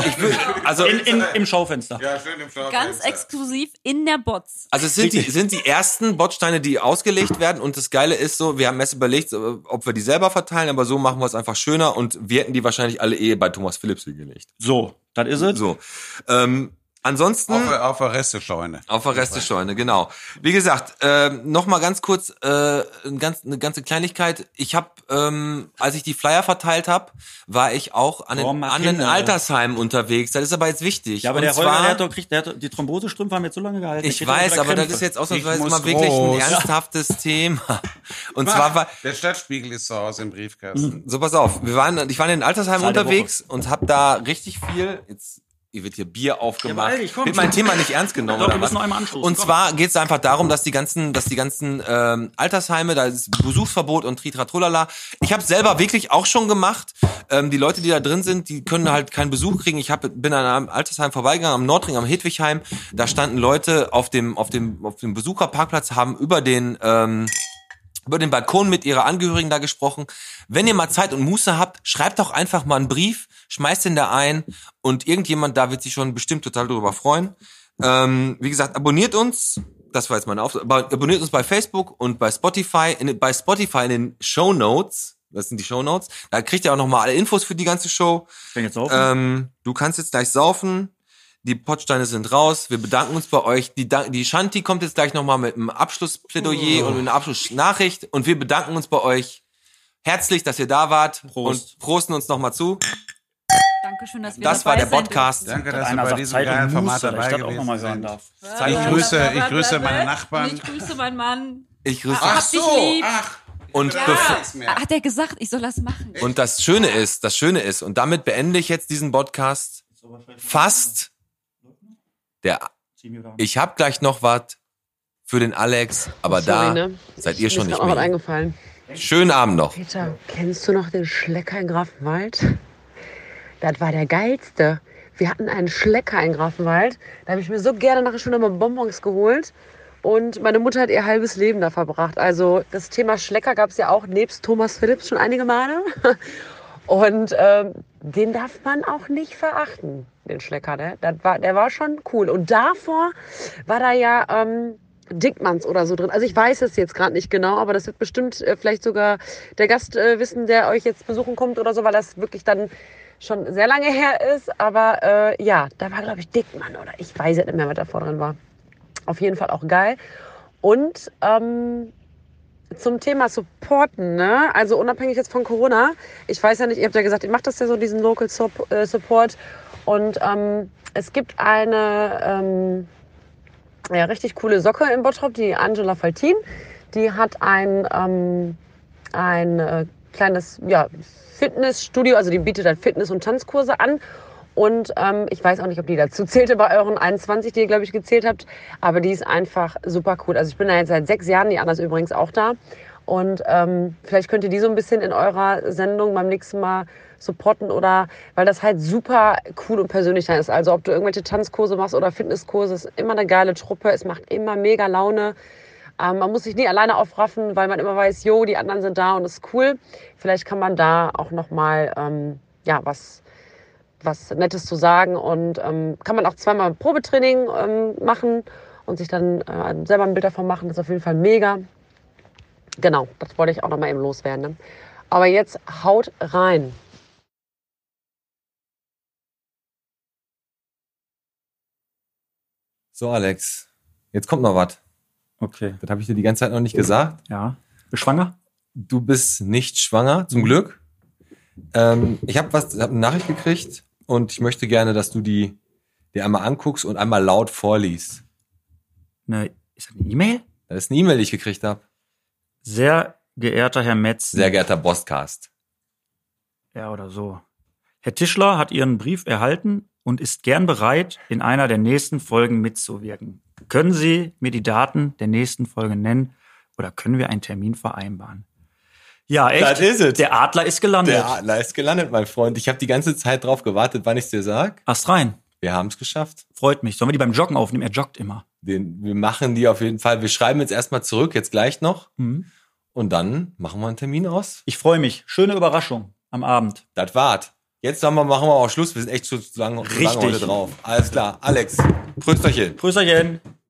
Im Schaufenster. Ja, schön im Schaufenster. Ganz exklusiv in der Bots. Also es sind die ersten Bordsteine, die ausgelegt werden und das Geile ist so, wir haben erst überlegt, ob wir die selber verteilen, aber so machen wir es einfach schöner und wir hätten die wahrscheinlich alle bei Thomas Philips gelegt. So, das is es. So. Ansonsten Auf der Restescheune. auf der Restescheune, genau. Wie gesagt, noch mal ganz kurz eine ganze Kleinigkeit. Ich habe, als ich die Flyer verteilt habe, war ich auch an den Altersheimen unterwegs. Das ist aber jetzt wichtig. Ja, aber und der zwar, Holger, der hat die Thrombosestrümpfe haben jetzt so lange gehalten. ich weiß, aber das ist jetzt ausnahmsweise mal wirklich ein ernsthaftes Thema. Und zwar war Der Stadtspiegel ist zu Hause im Briefkasten. so, pass auf, ich war in den Altersheimen Zahl der unterwegs und habe da richtig viel, hier wird hier Bier aufgemacht. Ja, komm, wird mein Thema nicht ernst genommen, Doch, oder wir was? müssen noch einmal anstoßen, Und komm. zwar geht es einfach darum, dass die ganzen Altersheime, da ist Besuchsverbot und Tritratrolala. Ich habe selber wirklich auch schon gemacht. Die Leute, die da drin sind, die können halt keinen Besuch kriegen. Ich bin an einem Altersheim vorbeigegangen, am Nordring, am Hedwigheim. Da standen Leute auf dem Besucherparkplatz, haben über den Balkon mit ihrer Angehörigen da gesprochen. Wenn ihr mal Zeit und Muße habt, schreibt doch einfach mal einen Brief, schmeißt den da ein und irgendjemand da wird sich schon bestimmt total darüber freuen. Wie gesagt, abonniert uns. Das war jetzt meine Aufgabe. Abonniert uns bei Facebook und bei Spotify. Bei Spotify in den Shownotes. Das sind die Shownotes. Da kriegt ihr auch nochmal alle Infos für die ganze Show. Fängt jetzt auf. Du kannst jetzt gleich saufen. Die Pottsteine sind raus. Wir bedanken uns bei euch. Die Shanti kommt jetzt gleich nochmal mit einem Abschlussplädoyer und mit einer Abschlussnachricht. Und wir bedanken uns bei euch herzlich, dass ihr da wart. Prost. Und prosten uns nochmal zu. Dankeschön, dass wir Das dabei war der sein Podcast. Danke, dass du Einer bei sagt diesem Zeit geilen und Format Muße, dass ich dabei das auch gewesen nochmal hören sind. darf. Ich grüße meine Nachbarn. Ich grüße meinen Mann. Ich grüße Ach, euch. dich lieb. Und, Hat er gesagt, ich soll das machen? und das Schöne ist, und damit beende ich jetzt diesen Podcast fast. Ich habe gleich noch was für den Alex, aber Sorry, da ne? seid ihr schon Mir ist nicht grad noch was mehr. eingefallen. Schönen Abend noch. Peter, kennst du noch den Schlecker in Grafenwald? Das war der geilste. Wir hatten einen Schlecker in Grafenwald. Da habe ich mir so gerne nachher schon immer Bonbons geholt. Und meine Mutter hat ihr halbes Leben da verbracht. Also das Thema Schlecker gab es ja auch nebst Thomas Philips schon einige Male. Und den darf man auch nicht verachten, den Schlecker. Ne? Der war schon cool. Und davor war da ja Dickmanns oder so drin. Also ich weiß es jetzt gerade nicht genau, aber das wird bestimmt vielleicht sogar der Gast wissen, der euch jetzt besuchen kommt oder so, weil das wirklich dann schon sehr lange her ist. Aber ja, da war, glaube ich, Dickmann oder ich weiß jetzt nicht mehr, was da vorne drin war. Auf jeden Fall auch geil. Und zum Thema Supporten, ne? Also unabhängig jetzt von Corona. Ich weiß ja nicht, ihr habt ja gesagt, ihr macht das ja so, diesen Local Support. Und es gibt eine richtig coole Socke in Bottrop, die Angela Faltin. Die hat ein kleines Fitnessstudio, also die bietet halt Fitness- und Tanzkurse an. Und ich weiß auch nicht, ob die dazu zählte bei euren 21, die ihr, glaube ich, gezählt habt. Aber die ist einfach super cool. Also ich bin da jetzt seit 6 Jahren, die Anna ist übrigens auch da. Und vielleicht könnt ihr die so ein bisschen in eurer Sendung beim nächsten Mal supporten oder, weil das halt super cool und persönlich ist. Also ob du irgendwelche Tanzkurse machst oder Fitnesskurse, ist immer eine geile Truppe. Es macht immer mega Laune. Man muss sich nie alleine aufraffen, weil man immer weiß, jo, die anderen sind da und das ist cool. Vielleicht kann man da auch nochmal was Nettes zu sagen und kann man auch zweimal Probetraining machen und sich dann selber ein Bild davon machen. Das ist auf jeden Fall mega. Genau, das wollte ich auch noch mal eben loswerden. Ne? Aber jetzt haut rein. So, Alex, jetzt kommt noch was. Okay. Das habe ich dir die ganze Zeit noch nicht gesagt. Ja. Bist du schwanger? Du bist nicht schwanger, zum Glück. Ich habe eine Nachricht gekriegt und ich möchte gerne, dass du die dir einmal anguckst und einmal laut vorliest. Ist das eine E-Mail? Das ist eine E-Mail, die ich gekriegt habe. Sehr geehrter Herr Metz. Sehr geehrter Bosscast. Ja, oder so. Herr Tischler hat Ihren Brief erhalten und ist gern bereit, in einer der nächsten Folgen mitzuwirken. Können Sie mir die Daten der nächsten Folge nennen oder können wir einen Termin vereinbaren? Ja, echt. Das ist es. Der Adler ist gelandet. Der Adler ist gelandet, mein Freund. Ich habe die ganze Zeit drauf gewartet, wann ich es dir sag. Ast rein. Wir haben es geschafft. Freut mich. Sollen wir die beim Joggen aufnehmen? Er joggt immer. Wir machen die auf jeden Fall. Wir schreiben jetzt erstmal zurück, jetzt gleich noch. Mhm. Und dann machen wir einen Termin aus. Ich freue mich. Schöne Überraschung am Abend. Das war's. Jetzt machen wir auch Schluss. Wir sind echt zu lange heute drauf. Alles klar. Alex, Prösterchen. Prösterchen.